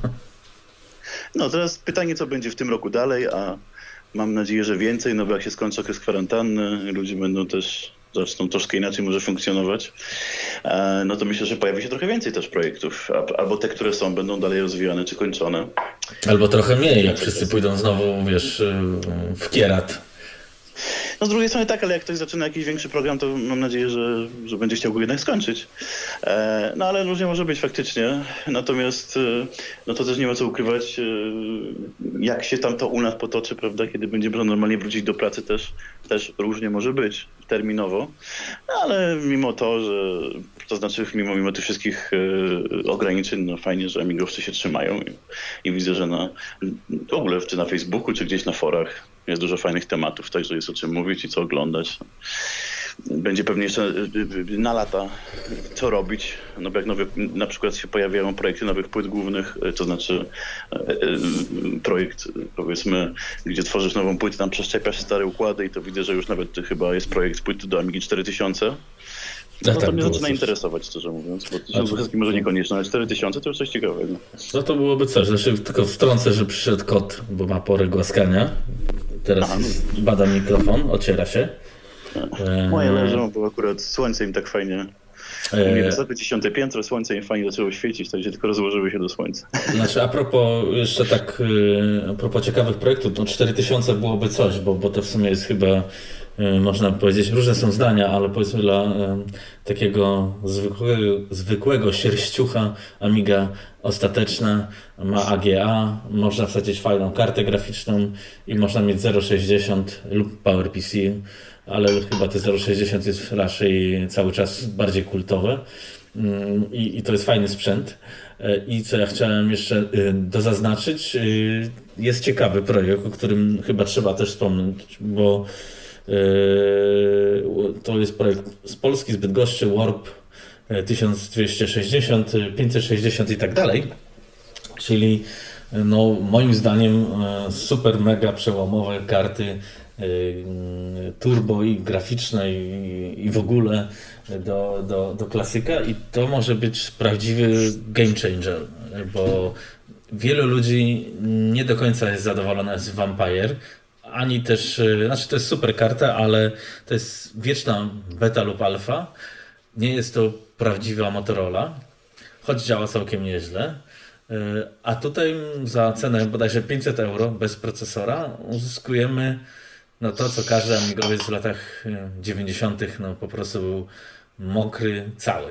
No teraz pytanie, co będzie w tym roku dalej, a mam nadzieję, że więcej, no bo jak się skończy okres kwarantanny, ludzie będą też, zaczną troszkę inaczej może funkcjonować, no to myślę, że pojawi się trochę więcej też projektów, albo te, które są, będą dalej rozwijane czy kończone. Albo trochę mniej, jak wszyscy pójdą znowu, wiesz, w kierat. No z drugiej strony tak, ale jak ktoś zaczyna jakiś większy program, to mam nadzieję, że, że będzie chciał go jednak skończyć. E, no ale różnie może być faktycznie. Natomiast e, no to też nie ma co ukrywać, e, jak się tam to u nas potoczy, prawda, kiedy będzie można normalnie wrócić do pracy też, też różnie może być terminowo. No, ale mimo to, że to znaczy mimo, mimo tych wszystkich e, ograniczeń, no fajnie, że amigowcy się trzymają i, i widzę, że na w ogóle czy na Facebooku, czy gdzieś na forach jest dużo fajnych tematów, także jest o czym mówić i co oglądać. Będzie pewnie jeszcze na lata co robić, no bo jak nowe, na przykład się pojawiają projekty nowych płyt głównych, to znaczy projekt, powiedzmy, gdzie tworzysz nową płytę, tam przeszczepiasz stare układy i to widzę, że już nawet chyba jest projekt płyty do Amigi cztery tysiące. No to tak, mnie zaczyna coś interesować, szczerze mówiąc, bo tysiąc dwudziesty może niekoniecznie, ale cztery tysiące to już coś ciekawego. No to byłoby coś, znaczy tylko wtrącę, że przyszedł kot, bo ma porę głaskania. Teraz Aha, no. bada mikrofon, ociera się. Moje leżą, bo akurat słońce im tak fajnie... Mówię, wysokie dziesiąte piętro, słońce im fajnie zaczęło świecić, to się tylko rozłożyły się do słońca. Znaczy a propos jeszcze tak, a propos ciekawych projektów, to cztery tysiące byłoby coś, bo, bo to w sumie jest chyba, można powiedzieć, różne są zdania, ale powiedzmy dla um, takiego zwykłego, zwykłego sierściucha Amiga ostateczna ma A G A, można wsadzić fajną kartę graficzną i można mieć zero przecinek sześćdziesiąt lub PowerPC, ale chyba te zero przecinek sześćdziesiąt jest raczej cały czas bardziej kultowe i, i to jest fajny sprzęt. I co ja chciałem jeszcze dozaznaczyć, jest ciekawy projekt, o którym chyba trzeba też wspomnieć, bo to jest projekt z Polski, z Bydgoszczy, Warp tysiąc dwieście sześćdziesiąt, pięćset sześćdziesiąt i tak dalej, czyli no moim zdaniem super mega przełomowe karty turbo i graficzne i, i w ogóle do, do, do klasyka i to może być prawdziwy game changer, bo wielu ludzi nie do końca jest zadowolone z Vampire, ani też, znaczy to jest super karta, ale to jest wieczna beta lub alfa, nie jest to prawdziwa Motorola, choć działa całkiem nieźle. A tutaj za cenę bodajże pięćset euro bez procesora uzyskujemy no to, co każdy amigowiec w latach dziewięćdziesiątych no po prostu był mokry cały.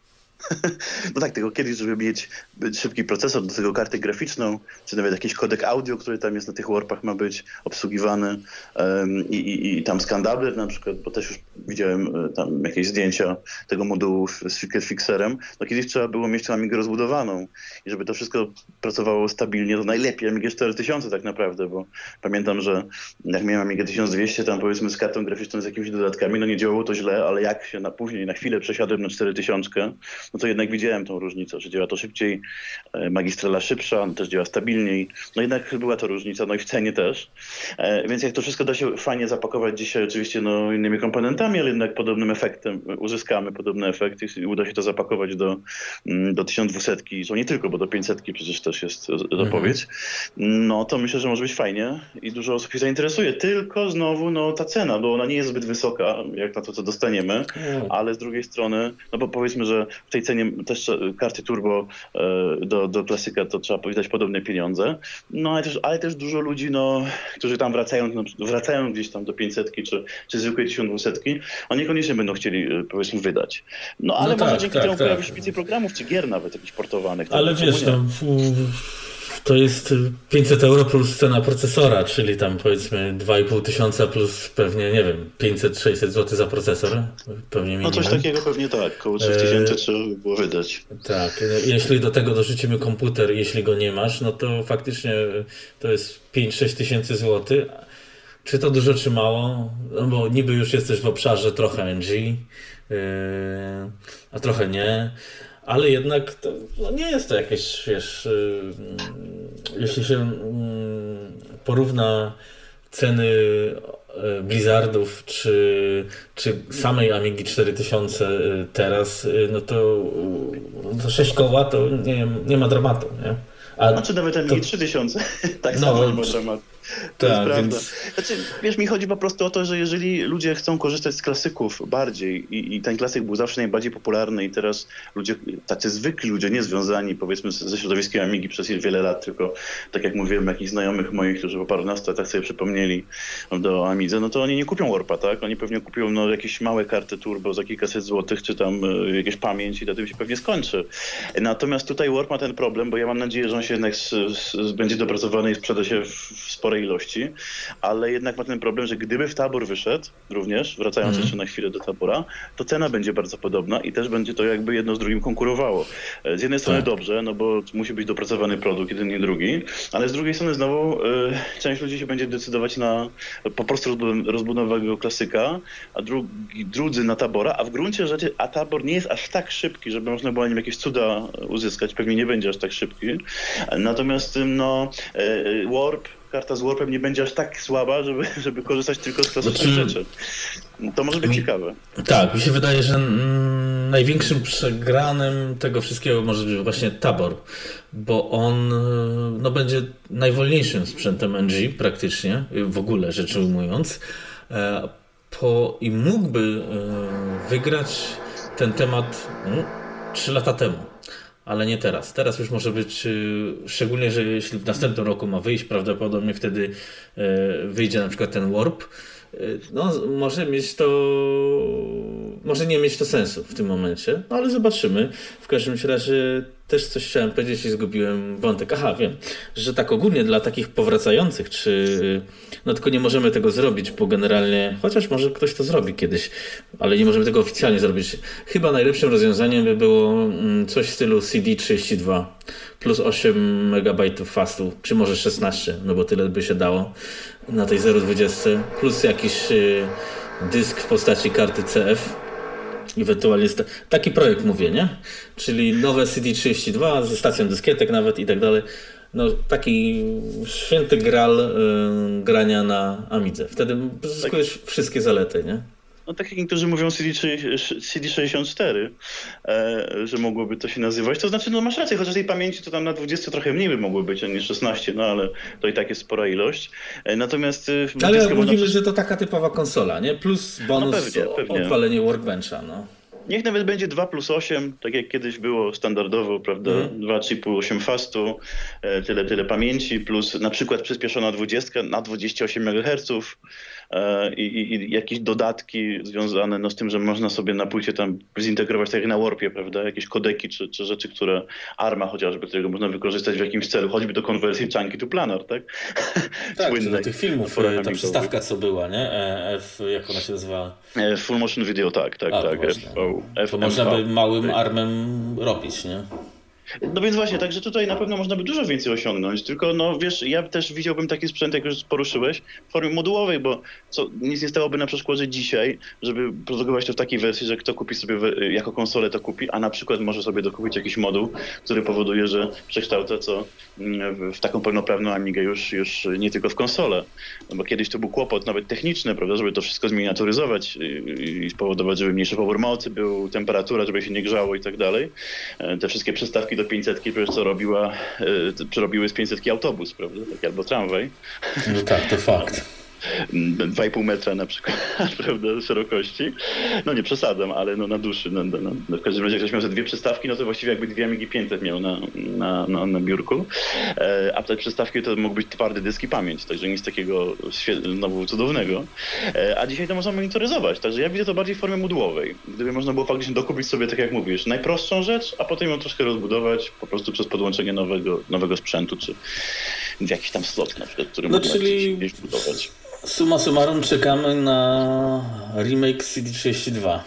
No tak, tylko kiedyś, żeby mieć szybki procesor, do tego kartę graficzną, czy nawet jakiś kodek audio, który tam jest na tych warpach ma być obsługiwany um, i, i, i tam skandabler na przykład, bo też już widziałem tam jakieś zdjęcia tego modułu z fixerem, no kiedyś trzeba było mieć tę Amigę rozbudowaną i żeby to wszystko pracowało stabilnie, to najlepiej Amigę cztery tysiące tak naprawdę, bo pamiętam, że jak miałem Amigę tysiąc dwieście tam powiedzmy z kartą graficzną z jakimiś dodatkami, no nie działało to źle, ale jak się na później na chwilę przesiadłem na cztery tysiące, no to jednak widziałem tą różnicę, że działa to szybciej, magistrala szybsza, też działa stabilniej. No jednak była to różnica, no i w cenie też. E, więc jak to wszystko da się fajnie zapakować dzisiaj oczywiście no, innymi komponentami, ale jednak podobnym efektem uzyskamy podobny efekt i uda się to zapakować do, do tysiąc dwieście, co nie tylko, bo do pięćset przecież też jest zapowiedź. No to myślę, że może być fajnie i dużo osób się zainteresuje. Tylko znowu no, ta cena, bo ona nie jest zbyt wysoka, jak na to, co dostaniemy, ale z drugiej strony, no bo powiedzmy, że w tej cenie też karty turbo do, do klasyka to trzeba wydać podobne pieniądze. No ale też, ale też dużo ludzi, no, którzy tam wracają, no, wracają gdzieś tam do pięćset czy, czy zwykłej tysiąc dwieście, oni niekoniecznie będą chcieli powiedzmy wydać. No ale no może tak, dzięki tak, temu tak. pojawi się więcej programów czy gier nawet jakichś portowanych. Ale wiesz, no, to jest pięćset euro plus cena procesora, czyli tam powiedzmy dwa i pół tysiąca plus pewnie, nie wiem, pięćset sześćset złotych za procesor. Pewnie minimum. No coś takiego pewnie tak, około trzy tysiące trzeba by było wydać. Tak, jeśli do tego dorzucimy komputer, jeśli go nie masz, no to faktycznie to jest pięć sześć tysięcy złotych. Czy to dużo, czy mało? No bo niby już jesteś w obszarze trochę N G, yy, a trochę nie. Ale jednak to no nie jest to jakieś, wiesz, yy, jeśli się yy, porówna ceny yy, Blizzardów czy, czy samej Amigi cztery tysiące yy, teraz, yy, no to, yy, to sześć koła to nie, nie ma dramatu, nie? A znaczy nawet Amigi to... trzy tysiące, tak no, samo nie ma dramatu. To tak, jest prawda. Więc... Znaczy, wiesz, mi chodzi po prostu o to, że jeżeli ludzie chcą korzystać z klasyków bardziej i, i ten klasyk był zawsze najbardziej popularny i teraz ludzie, tacy zwykli ludzie, nie związani powiedzmy ze środowiskiem Amigi przez wiele lat, tylko tak jak mówiłem, jakichś znajomych moich, którzy po parunastu latach sobie przypomnieli do Amidze, no to oni nie kupią Warpa, tak? Oni pewnie kupią no, jakieś małe karty turbo za kilkaset złotych, czy tam y, jakieś pamięć i na tym się pewnie skończy. Natomiast tutaj Warp ma ten problem, bo ja mam nadzieję, że on się jednak z, z, będzie dopracowany i sprzeda się w, w sporej ilości, ale jednak ma ten problem, że gdyby w tabor wyszedł również, wracając mm. jeszcze na chwilę do tabora, to cena będzie bardzo podobna i też będzie to jakby jedno z drugim konkurowało. Z jednej strony tak. dobrze, no bo musi być dopracowany produkt, jeden i drugi, ale z drugiej strony znowu y, część ludzi się będzie decydować na po prostu rozbudowego klasyka, a drugi, drudzy na tabora, a w gruncie rzeczy a tabor nie jest aż tak szybki, żeby można było nim jakieś cuda uzyskać, pewnie nie będzie aż tak szybki. Natomiast no y, Warp karta z Warpem nie będzie aż tak słaba, żeby, żeby korzystać tylko z klasycznych znaczy, rzeczy. To może być mi, ciekawe. Tak, mi się wydaje, że mm, największym przegranym tego wszystkiego może być właśnie tabor, bo on no, będzie najwolniejszym sprzętem N G praktycznie, w ogóle rzecz ujmując, e, po, i mógłby e, wygrać ten temat no, trzy lata temu. Ale nie teraz. Teraz już może być, szczególnie, że jeśli w następnym roku ma wyjść, prawdopodobnie wtedy wyjdzie na przykład ten Warp, no może mieć to, może nie mieć to sensu w tym momencie, no ale zobaczymy. W każdym razie też coś chciałem powiedzieć i zgubiłem wątek. Aha, wiem, że tak ogólnie dla takich powracających, czy no tylko nie możemy tego zrobić, bo generalnie, chociaż może ktoś to zrobi kiedyś, ale nie możemy tego oficjalnie zrobić. Chyba najlepszym rozwiązaniem by było coś w stylu C D trzydzieści dwa plus osiem megabajtów fastu, czy może szesnaście, no bo tyle by się dało na tej zero dwadzieścia, plus jakiś dysk w postaci karty C F. Ewentualnie jest taki projekt mówię, nie? Czyli nowe C D trzydzieści dwa ze stacją dyskietek nawet i tak dalej. no, taki święty gral y, grania na Amidze. Wtedy zyskujesz tak. wszystkie zalety, nie? No tak jak niektórzy mówią C D sześćdziesiąt cztery, e, że mogłoby to się nazywać. To znaczy, no masz rację, chociaż tej pamięci to tam na dwudziestu trochę mniej by mogło być, a nie szesnaście, no ale to i tak jest spora ilość. E, natomiast... E, ale mówimy, można... że to taka typowa konsola, nie? Plus bonus no pewnie, pewnie. odpalenie Workbencha, no. Niech nawet będzie dwa plus osiem, tak jak kiedyś było standardowo, prawda? Mm. dwa chipy, osiem fastu, e, tyle, tyle pamięci, plus na przykład przyspieszona dwudziestka na dwadzieścia osiem megaherców e, i, i jakieś dodatki związane no, z tym, że można sobie na płycie tam zintegrować, tak jak na Warpie, prawda? Jakieś kodeki czy, czy rzeczy, które Arma chociażby, którego można wykorzystać w jakimś celu, choćby do konwersji chunky to planar, tak? Tak, czy do tych filmów, ta przystawka co była, nie? F, jak ona się nazywa? Full Motion Video, tak, tak, A, tak. F, to można by małym armem robić, nie? No więc właśnie, także tutaj na pewno można by dużo więcej osiągnąć, tylko no wiesz, ja też widziałbym taki sprzęt, jak już poruszyłeś, w formie modułowej, bo co, nic nie stałoby na przeszkodzie dzisiaj, żeby produkować to w takiej wersji, że kto kupi sobie jako konsolę, to kupi, a na przykład może sobie dokupić jakiś moduł, który powoduje, że przekształca co w taką pełnoprawną Amigę już, już nie tylko w konsolę, no bo kiedyś to był kłopot nawet techniczny, prawda, żeby to wszystko zminiaturyzować i spowodować, żeby mniejszy pobór mocy był, temperatura, żeby się nie grzało i tak dalej. Te wszystkie przystawki do pięćsetki, przecież co robiła, y, przerobiły z pięćsetki autobus, prawda? Tak, albo tramwaj. No tak, to fakt. dwa i pół metra na przykład, prawda, szerokości. No nie przesadzam, ale no na duszy. No, no, no, w każdym razie, jak ktoś miał ze dwie przystawki, no to właściwie jakby dwie Amigi pięćset miał na, na, na, na biurku. E, a te przystawki to mógł być twardy dysk i pamięć, także nic takiego znowu cudownego. E, a dzisiaj to można monitoryzować, także ja widzę to bardziej w formie modułowej. Gdyby można było faktycznie dokupić sobie, tak jak mówisz, najprostszą rzecz, a potem ją troszkę rozbudować po prostu przez podłączenie nowego, nowego sprzętu, czy w jakiś tam slot na przykład, który no, można czyli... gdzieś budować. Summa summarum czekamy na remake C D trzydzieści dwa.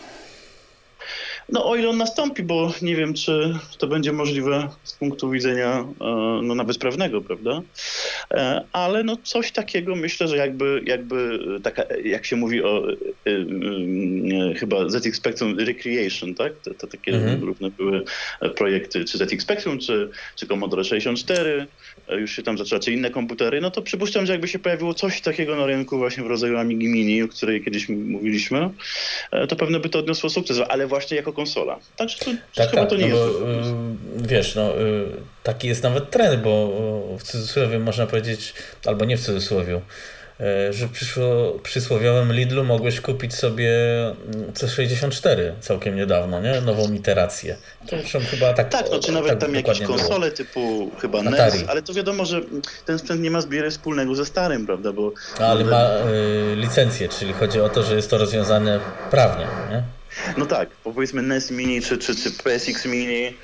No o ile on nastąpi, bo nie wiem, czy to będzie możliwe z punktu widzenia no, nawet prawnego, prawda? Ale no coś takiego myślę, że jakby, jakby taka, jak się mówi o y, y, y, chyba Z X Spectrum Recreation, tak? To, to takie mhm. różne były projekty, czy Z X Spectrum, czy, czy Commodore sześćdziesiąt cztery, już się tam zaczęły, czy inne komputery, no to przypuszczam, że jakby się pojawiło coś takiego na rynku właśnie w rodzaju Amigi Mini, o której kiedyś mówiliśmy, to pewno by to odniosło sukces, ale właśnie jako konsola. Także to, tak, chyba tak, to nie no jest. Bo, y, wiesz, no y, taki jest nawet trend, bo w cudzysłowie można powiedzieć, albo nie w cudzysłowie, y, że w przyszło, przysłowiowym Lidlu mogłeś kupić sobie C sześćdziesiąt cztery całkiem niedawno, nie? Nową iterację. To już chyba tak. Tak, no, czy nawet tak tam jakieś konsole było. Typu chyba N E S, ale to wiadomo, że ten sprzęt nie ma zbierać wspólnego ze starym, prawda? Bo, no, ale ma y, licencję, czyli chodzi o to, że jest to rozwiązane prawnie, nie? No tak, bo powiedzmy N E S Mini czy, czy, czy P S X Mini yy,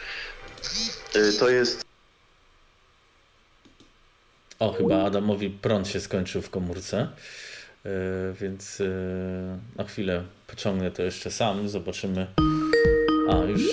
to jest... O, chyba Adamowi prąd się skończył w komórce, yy, więc yy, na chwilę pociągnę to jeszcze sam, zobaczymy. A, już...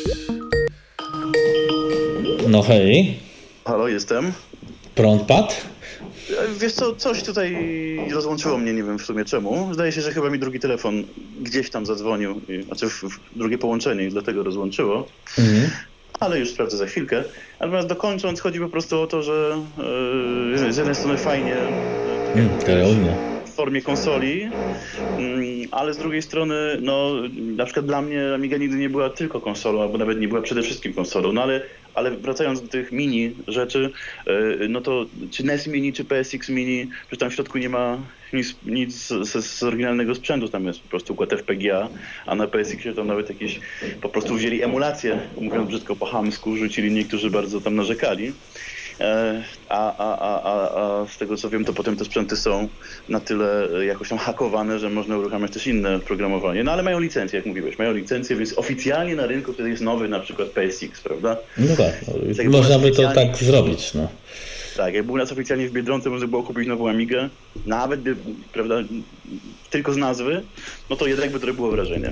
No hej. Halo, jestem. Prąd padł? Wiesz co, coś tutaj rozłączyło mnie, nie wiem w sumie czemu. Zdaje się, że chyba mi drugi telefon gdzieś tam zadzwonił, znaczy w, w drugie połączenie i dlatego rozłączyło. Mhm. Ale już sprawdzę za chwilkę. Natomiast dokończąc, chodzi po prostu o to, że yy, z jednej strony fajnie yy, w formie konsoli, yy, ale z drugiej strony, no na przykład dla mnie Amiga nigdy nie była tylko konsolą, albo nawet nie była przede wszystkim konsolą, no ale Ale wracając do tych mini rzeczy, no to czy N E S Mini, czy P S X Mini, że tam w środku nie ma nic, nic z, z oryginalnego sprzętu, tam jest po prostu układ F P G A, a na P S X tam nawet jakieś po prostu wzięli emulację, mówiąc brzydko po chamsku, rzucili niektórzy bardzo tam narzekali. A, a, a, a, a z tego co wiem, to potem te sprzęty są na tyle jakoś tam hakowane, że można uruchamiać też inne programowanie. No ale mają licencję, jak mówiłeś, mają licencję, więc oficjalnie na rynku wtedy jest nowy na przykład P S X, prawda? No tak, tak można by to tak zrobić, no. Tak, jak był u nas oficjalnie w Biedronce, można było kupić nową Amigę, nawet by, prawda, tylko z nazwy, no to jednak by to było wrażenie.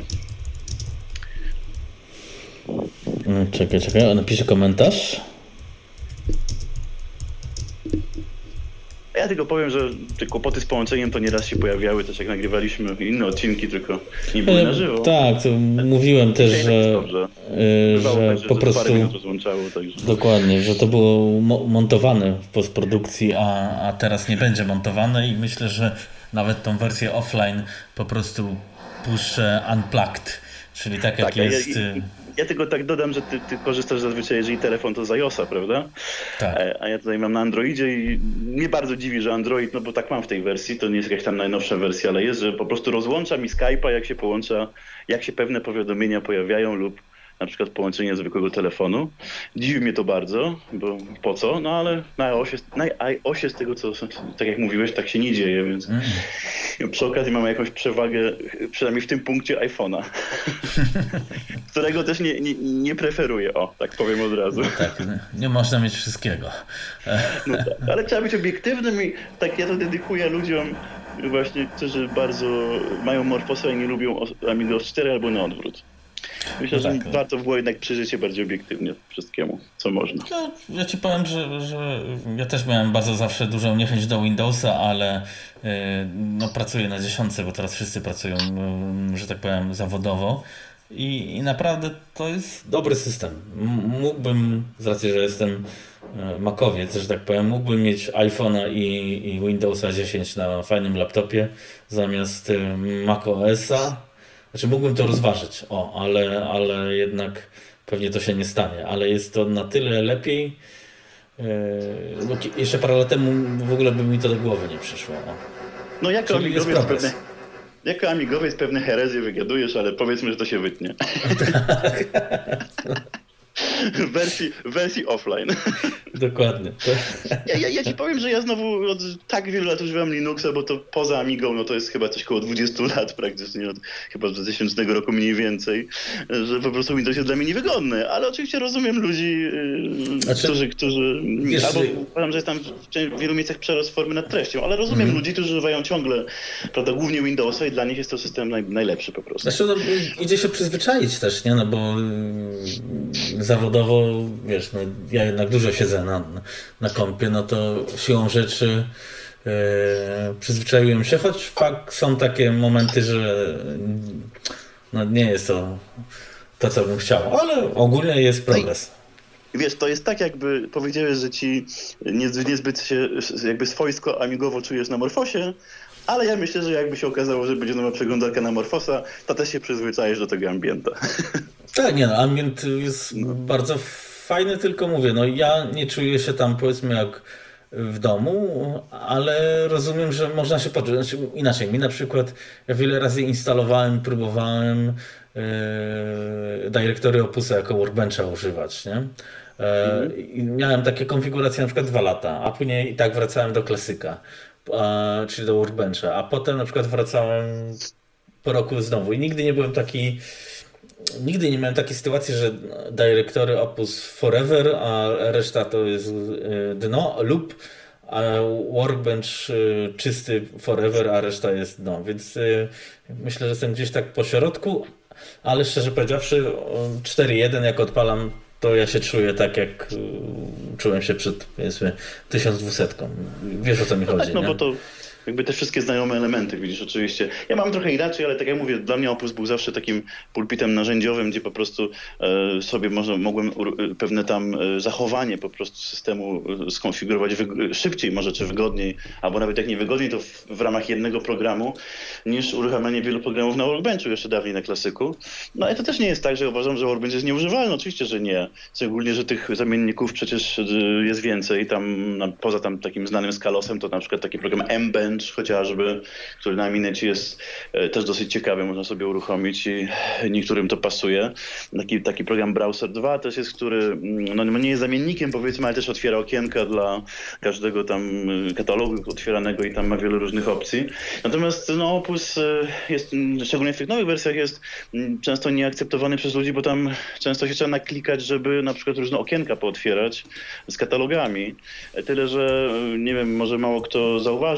Czekaj, czekaj, napiszę komentarz. Ja Ja tylko powiem, że te kłopoty z połączeniem to nieraz się pojawiały też jak nagrywaliśmy inne odcinki, tylko nie były na żywo. Tak, to mówiłem też, że, yy, że tak, że po prostu rozłączało, także. Dokładnie, że to było mo- montowane w postprodukcji, a, a teraz nie będzie montowane i myślę, że nawet tą wersję offline po prostu puszczę unplugged, czyli tak jak tak, jest... Ja, ja, ja tylko tak dodam, że ty, ty korzystasz zazwyczaj, jeżeli telefon to z iOS-a, prawda? Tak. A ja tutaj mam na Androidzie i mnie bardzo dziwi, że Android, no bo tak mam w tej wersji, to nie jest jakaś tam najnowsza wersja, ale jest, że po prostu rozłącza mi Skype'a, jak się połącza, jak się pewne powiadomienia pojawiają lub na przykład połączenie zwykłego telefonu. Dziwi mnie to bardzo, bo po co? No ale na iOSie, na iOSie z tego, co tak jak mówiłeś, tak się nie dzieje, więc mm. przy okazji mamy jakąś przewagę, przynajmniej w tym punkcie iPhone'a, którego też nie, nie, nie preferuję, o, tak powiem od razu. No tak, nie można mieć wszystkiego. No tak, ale trzeba być obiektywnym i tak ja to dedykuję ludziom właśnie, którzy bardzo mają morfosę i nie lubią Amiga O S cztery albo na odwrót. Myślę, no tak, że warto było jednak przyjrzeć się bardziej obiektywnie wszystkiemu, co można. No, ja ci powiem, że, że ja też miałem bardzo zawsze dużą niechęć do Windowsa, ale yy, no, pracuję na dziesiątce, bo teraz wszyscy pracują, yy, że tak powiem, zawodowo. I, I naprawdę to jest dobry system. M- mógłbym, z racji, że jestem makowiec, że tak powiem, mógłbym mieć iPhone'a i, i Windowsa dziesięć na fajnym laptopie zamiast yy, macOSa. Znaczy mógłbym to rozważyć, o, ale, ale jednak pewnie to się nie stanie, ale jest to na tyle lepiej, yy, bo jeszcze parę lat temu w ogóle by mi to do głowy nie przyszło. O. No jako amigowiec, pewne, jako amigowiec pewne herezje wygadujesz, ale powiedzmy, że to się wytnie. W wersji, w wersji offline. Dokładnie. Ja, ja, ja ci powiem, że ja znowu od tak wielu lat używam Linuxa, bo to poza Amigą, no to jest chyba coś koło dwudziestu lat praktycznie, od chyba z dwutysięcznego roku mniej więcej, że po prostu Windows jest dla mnie niewygodny, ale oczywiście rozumiem ludzi, znaczy, którzy, którzy wiesz, albo uważam, że jest tam w wielu miejscach przerost formy nad treścią, ale rozumiem mm. ludzi, którzy używają ciągle, prawda, głównie Windowsa i dla nich jest to system naj, najlepszy po prostu. Znaczy, no, idzie się przyzwyczaić też, nie, no bo zawodowo, wiesz, no, ja jednak dużo siedzę na, na kompie, no to siłą rzeczy yy, przyzwyczaiłem się, choć fakt są takie momenty, że no, nie jest to to, co bym chciał, ale ogólnie jest progres. Wiesz, to jest tak, jakby powiedziałeś, że ci niezbyt się jakby swojsko amigowo czujesz na Morfosie, ale ja myślę, że jakby się okazało, że będzie nowa przeglądarka na Morfosa, to też się przyzwyczaisz do tego ambienta. Tak, nie no, ambient jest no. bardzo fajny, tylko mówię, no ja nie czuję się tam powiedzmy jak w domu, ale rozumiem, że można się poczuć. Znaczy, inaczej, mi na przykład ja wiele razy instalowałem, próbowałem yy, Directory Opusa jako Workbencha używać, nie? Yy, i miałem takie konfiguracje na przykład dwa lata, a później i tak wracałem do klasyka, a, czyli do Workbencha, a potem na przykład wracałem po roku znowu i nigdy nie byłem taki Nigdy nie miałem takiej sytuacji, że Directory Opus forever, a reszta to jest dno lub a Workbench czysty forever, a reszta jest dno. Więc myślę, że jestem gdzieś tak po środku, ale szczerze powiedziawszy cztery jeden jak odpalam, to ja się czuję tak jak czułem się przed powiedzmy tysiąc dwieście. Wiesz, o co mi no chodzi, tak, no nie? Bo to jakby te wszystkie znajome elementy, widzisz, oczywiście. Ja mam trochę inaczej, ale tak jak mówię, dla mnie Opus był zawsze takim pulpitem narzędziowym, gdzie po prostu e, sobie może, mogłem e, pewne tam e, zachowanie po prostu systemu e, skonfigurować wyg- szybciej może, czy wygodniej, albo nawet jak nie wygodniej, to w, w ramach jednego programu, niż uruchamianie wielu programów na Workbenchu, jeszcze dawniej na klasyku. No ale to też nie jest tak, że uważam, że Workbench jest nieużywalny. Oczywiście, że nie. Szczególnie, że tych zamienników przecież e, jest więcej. Tam, na, poza tam takim znanym Scalosem, to na przykład taki program M-Bench chociażby, który na Aminecie jest e, też dosyć ciekawy, można sobie uruchomić i niektórym to pasuje. Taki, taki program Browser dwa też jest, który no, nie jest zamiennikiem powiedzmy, ale też otwiera okienka dla każdego tam katalogu otwieranego i tam ma wiele różnych opcji. Natomiast no, Opus jest, szczególnie w tych nowych wersjach, jest często nieakceptowany przez ludzi, bo tam często się trzeba naklikać, żeby na przykład różne okienka pootwierać z katalogami. Tyle, że nie wiem, może mało kto zauważa, że tam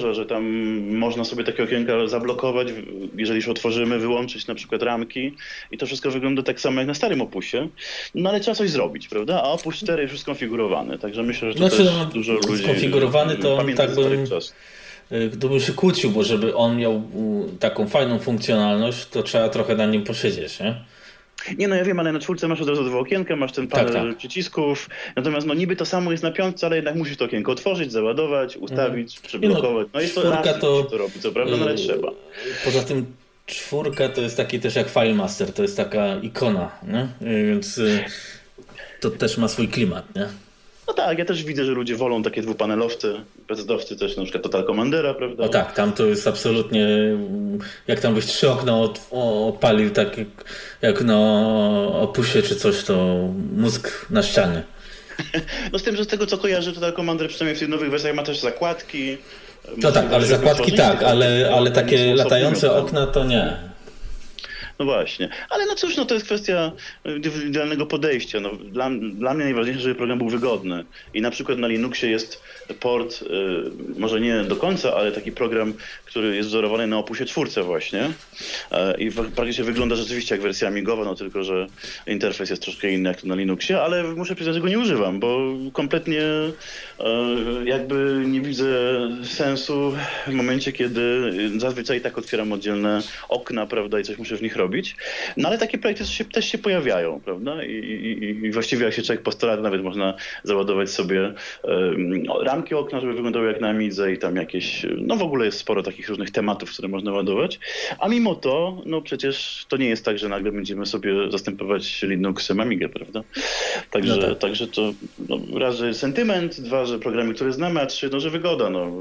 um, można sobie takie okienka zablokować, jeżeli już otworzymy, wyłączyć na przykład ramki i to wszystko wygląda tak samo jak na starym Opusie, no ale trzeba coś zrobić, prawda? A Opus cztery już jest skonfigurowany, także myślę, że to znaczy, też no, dużo ludzi skonfigurowany to pamięta tak ze starych bym, czasów. Gdybym się kłócił, bo żeby on miał taką fajną funkcjonalność, to trzeba trochę na nim posiedzieć, nie? Nie, no ja wiem, ale na czwórce masz od razu dwa okienka, masz ten panel tak, tak. przycisków, natomiast no niby to samo jest na piątce, ale jednak musisz to okienko otworzyć, załadować, ustawić, mm. przyblokować. No jest to raz, to, to robi, co prawda, no ale trzeba. Poza tym czwórka to jest taki też jak FileMaster, to jest taka ikona, nie? Więc to też ma swój klimat, nie? No tak, ja też widzę, że ludzie wolą takie dwupanelowce, pecetowcy też, na przykład Total Commandera, prawda? O tak, tam to jest absolutnie, jak tam byś trzy okna odpalił, tak jak, jak na Opusie czy coś, to mózg na ścianie. No z tym, że z tego co kojarzę, Total Commander przynajmniej w tych nowych wersjach ma też zakładki. No tak, ale zakładki tak, ale, ale takie latające okna to nie. No właśnie, ale no cóż, no to jest kwestia indywidualnego podejścia. No, dla, dla mnie najważniejsze, żeby program był wygodny. I na przykład na Linuxie jest port, y, może nie do końca, ale taki program, który jest wzorowany na Opusie czwórce właśnie. Y, I praktycznie wygląda rzeczywiście jak wersja amigowa, no tylko, że interfejs jest troszkę inny jak to na Linuxie, ale muszę przyznać, że go nie używam, bo kompletnie y, jakby nie widzę sensu w momencie, kiedy zazwyczaj i tak otwieram oddzielne okna, prawda, i coś muszę w nich robić. No ale takie projekty też się, też się pojawiają, prawda? I, i, i właściwie jak się człowiek postara, nawet można załadować sobie um, ramki okna, żeby wyglądały jak na Amidze i tam jakieś, no w ogóle jest sporo takich różnych tematów, które można ładować. A mimo to, no przecież to nie jest tak, że nagle będziemy sobie zastępować Linuxem Amigę, prawda? Także, no tak. także to no, raz, że sentyment, dwa, że programy, które znamy, a trzy, no że wygoda, no.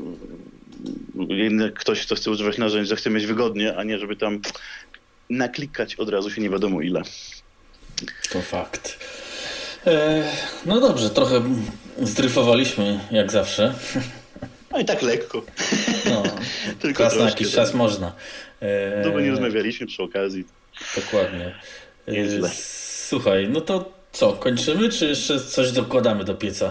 Jednak ktoś, kto chce używać narzędzi, chce mieć wygodnie, a nie żeby tam naklikać od razu się nie wiadomo ile. To fakt. E, no dobrze, trochę zdryfowaliśmy jak zawsze. No i tak lekko. No, tylko raz na jakiś czas można. E, Długo nie rozmawialiśmy przy okazji. Dokładnie. E, słuchaj, no to co, kończymy, czy jeszcze coś dokładamy do pieca?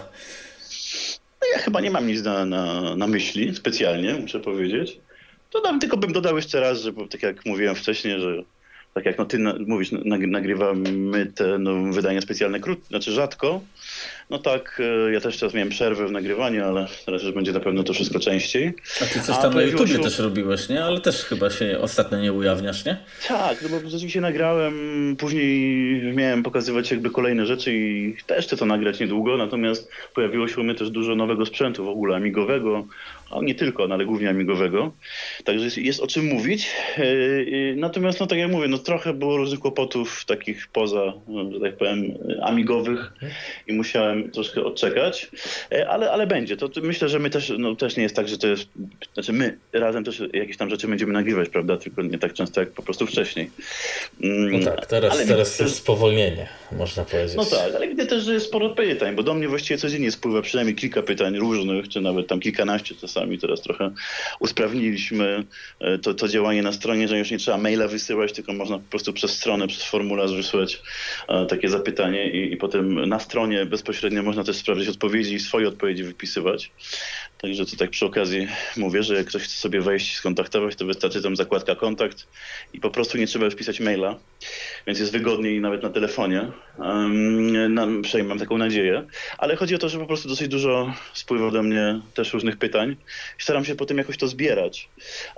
No ja chyba nie mam nic na, na, na myśli specjalnie, muszę powiedzieć. To dam, tylko bym dodał jeszcze raz, że tak jak mówiłem wcześniej, że tak jak no ty na, mówisz, nagrywamy te no, wydania specjalne krótko, znaczy rzadko. No tak, ja też teraz miałem przerwę w nagrywaniu, ale teraz już będzie na pewno to wszystko częściej. A ty coś tam A na YouTubie się... też robiłeś, nie? Ale też chyba się ostatnio nie ujawniasz, nie? Tak, no bo rzeczywiście nagrałem, później miałem pokazywać jakby kolejne rzeczy i też chcę to nagrać niedługo, natomiast pojawiło się u mnie też dużo nowego sprzętu w ogóle amigowego, a nie tylko, no, ale głównie amigowego. Także jest, jest o czym mówić. Yy, natomiast, no tak jak mówię, no trochę było różnych kłopotów takich poza, że tak powiem, amigowych i musiałem troszkę odczekać, yy, ale, ale będzie. To, to myślę, że my też, no też nie jest tak, że to jest, znaczy my razem też jakieś tam rzeczy będziemy nagrywać, prawda, tylko nie tak często jak po prostu wcześniej. Yy, no tak, teraz, ale teraz jest spowolnienie, można powiedzieć. No tak, ale widzę też, że jest sporo pytań, bo do mnie właściwie codziennie spływa przynajmniej kilka pytań różnych, czy nawet tam kilkanaście czasami. Teraz trochę usprawniliśmy to, to działanie na stronie, że już nie trzeba maila wysyłać, tylko można po prostu przez stronę, przez formularz wysłać takie zapytanie i, i potem na stronie bezpośrednio można też sprawdzić odpowiedzi i swoje odpowiedzi wypisywać. Także to tak przy okazji mówię, że jak ktoś chce sobie wejść i skontaktować, to wystarczy tam zakładka kontakt i po prostu nie trzeba już pisać maila, więc jest wygodniej nawet na telefonie. Um, na, przynajmniej mam taką nadzieję. Ale chodzi o to, że po prostu dosyć dużo spływa ode mnie też różnych pytań. Staram się potem jakoś to zbierać.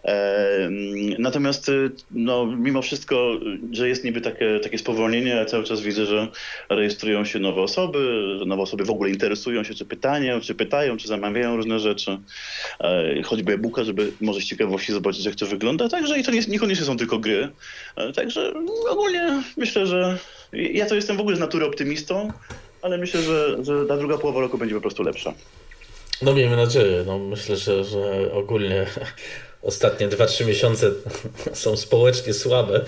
E, natomiast no, mimo wszystko, że jest niby takie, takie spowolnienie, ja cały czas widzę, że rejestrują się nowe osoby, że nowe osoby w ogóle interesują się, czy pytają, czy pytają, czy zamawiają różne rzeczy. E, choćby e-booka, żeby może z ciekawości zobaczyć, jak to wygląda. Także i to nie, niekoniecznie są tylko gry. E, także ogólnie myślę, że ja to jestem w ogóle z natury optymistą, ale myślę, że, że ta druga połowa roku będzie po prostu lepsza. No miejmy nadzieję. No, myślę, że, że ogólnie ostatnie dwa trzy miesiące są społecznie słabe.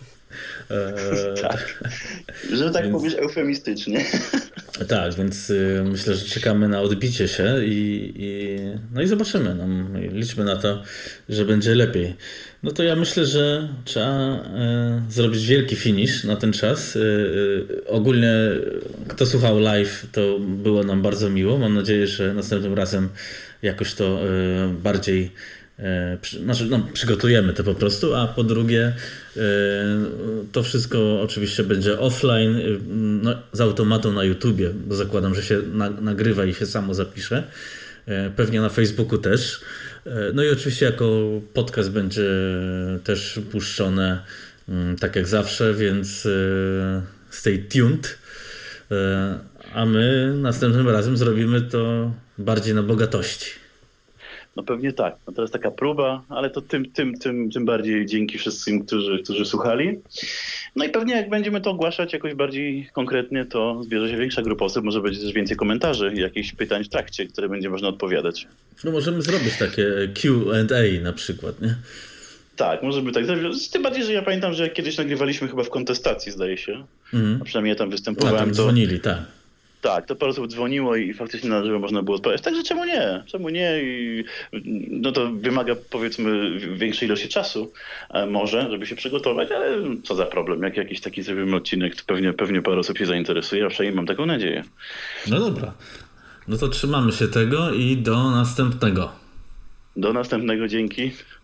Eee, tak, że tak więc, powiesz eufemistycznie. Tak, więc y, myślę, że czekamy na odbicie się i, i no i zobaczymy. No, liczmy na to, że będzie lepiej. No to ja myślę, że trzeba y, zrobić wielki finish na ten czas. Y, y, ogólnie kto słuchał live, to było nam bardzo miło. Mam nadzieję, że następnym razem jakoś to y, bardziej Znaczy, no, przygotujemy to po prostu, a po drugie to wszystko oczywiście będzie offline, no, z automatu na YouTubie, bo zakładam, że się na, nagrywa i się samo zapisze. Pewnie na Facebooku też. No i oczywiście jako podcast będzie też puszczone tak jak zawsze, więc stay tuned. A my następnym razem zrobimy to bardziej na bogatości. No pewnie tak. No to jest taka próba, ale to tym, tym, tym, tym bardziej dzięki wszystkim, którzy, którzy słuchali. No i pewnie jak będziemy to ogłaszać jakoś bardziej konkretnie, to zbierze się większa grupa osób, może będzie też więcej komentarzy i jakichś pytań w trakcie, które będzie można odpowiadać. No możemy zrobić takie Q and A na przykład, nie? Tak, może by tak zrobić. Tym bardziej, że ja pamiętam, że kiedyś nagrywaliśmy chyba w kontestacji, zdaje się. Mhm. A przynajmniej ja tam występowałem. A tam dzwonili, to... tak. Tak, to parę osób dzwoniło i faktycznie na żywo można było odpowiadać. Także czemu nie? Czemu nie? I no to wymaga powiedzmy większej ilości czasu może, żeby się przygotować, ale co za problem. Jak jakiś taki zrobimy odcinek, to pewnie, pewnie parę osób się zainteresuje, a przynajmniej mam taką nadzieję. No dobra. No to trzymamy się tego i do następnego. Do następnego, dzięki.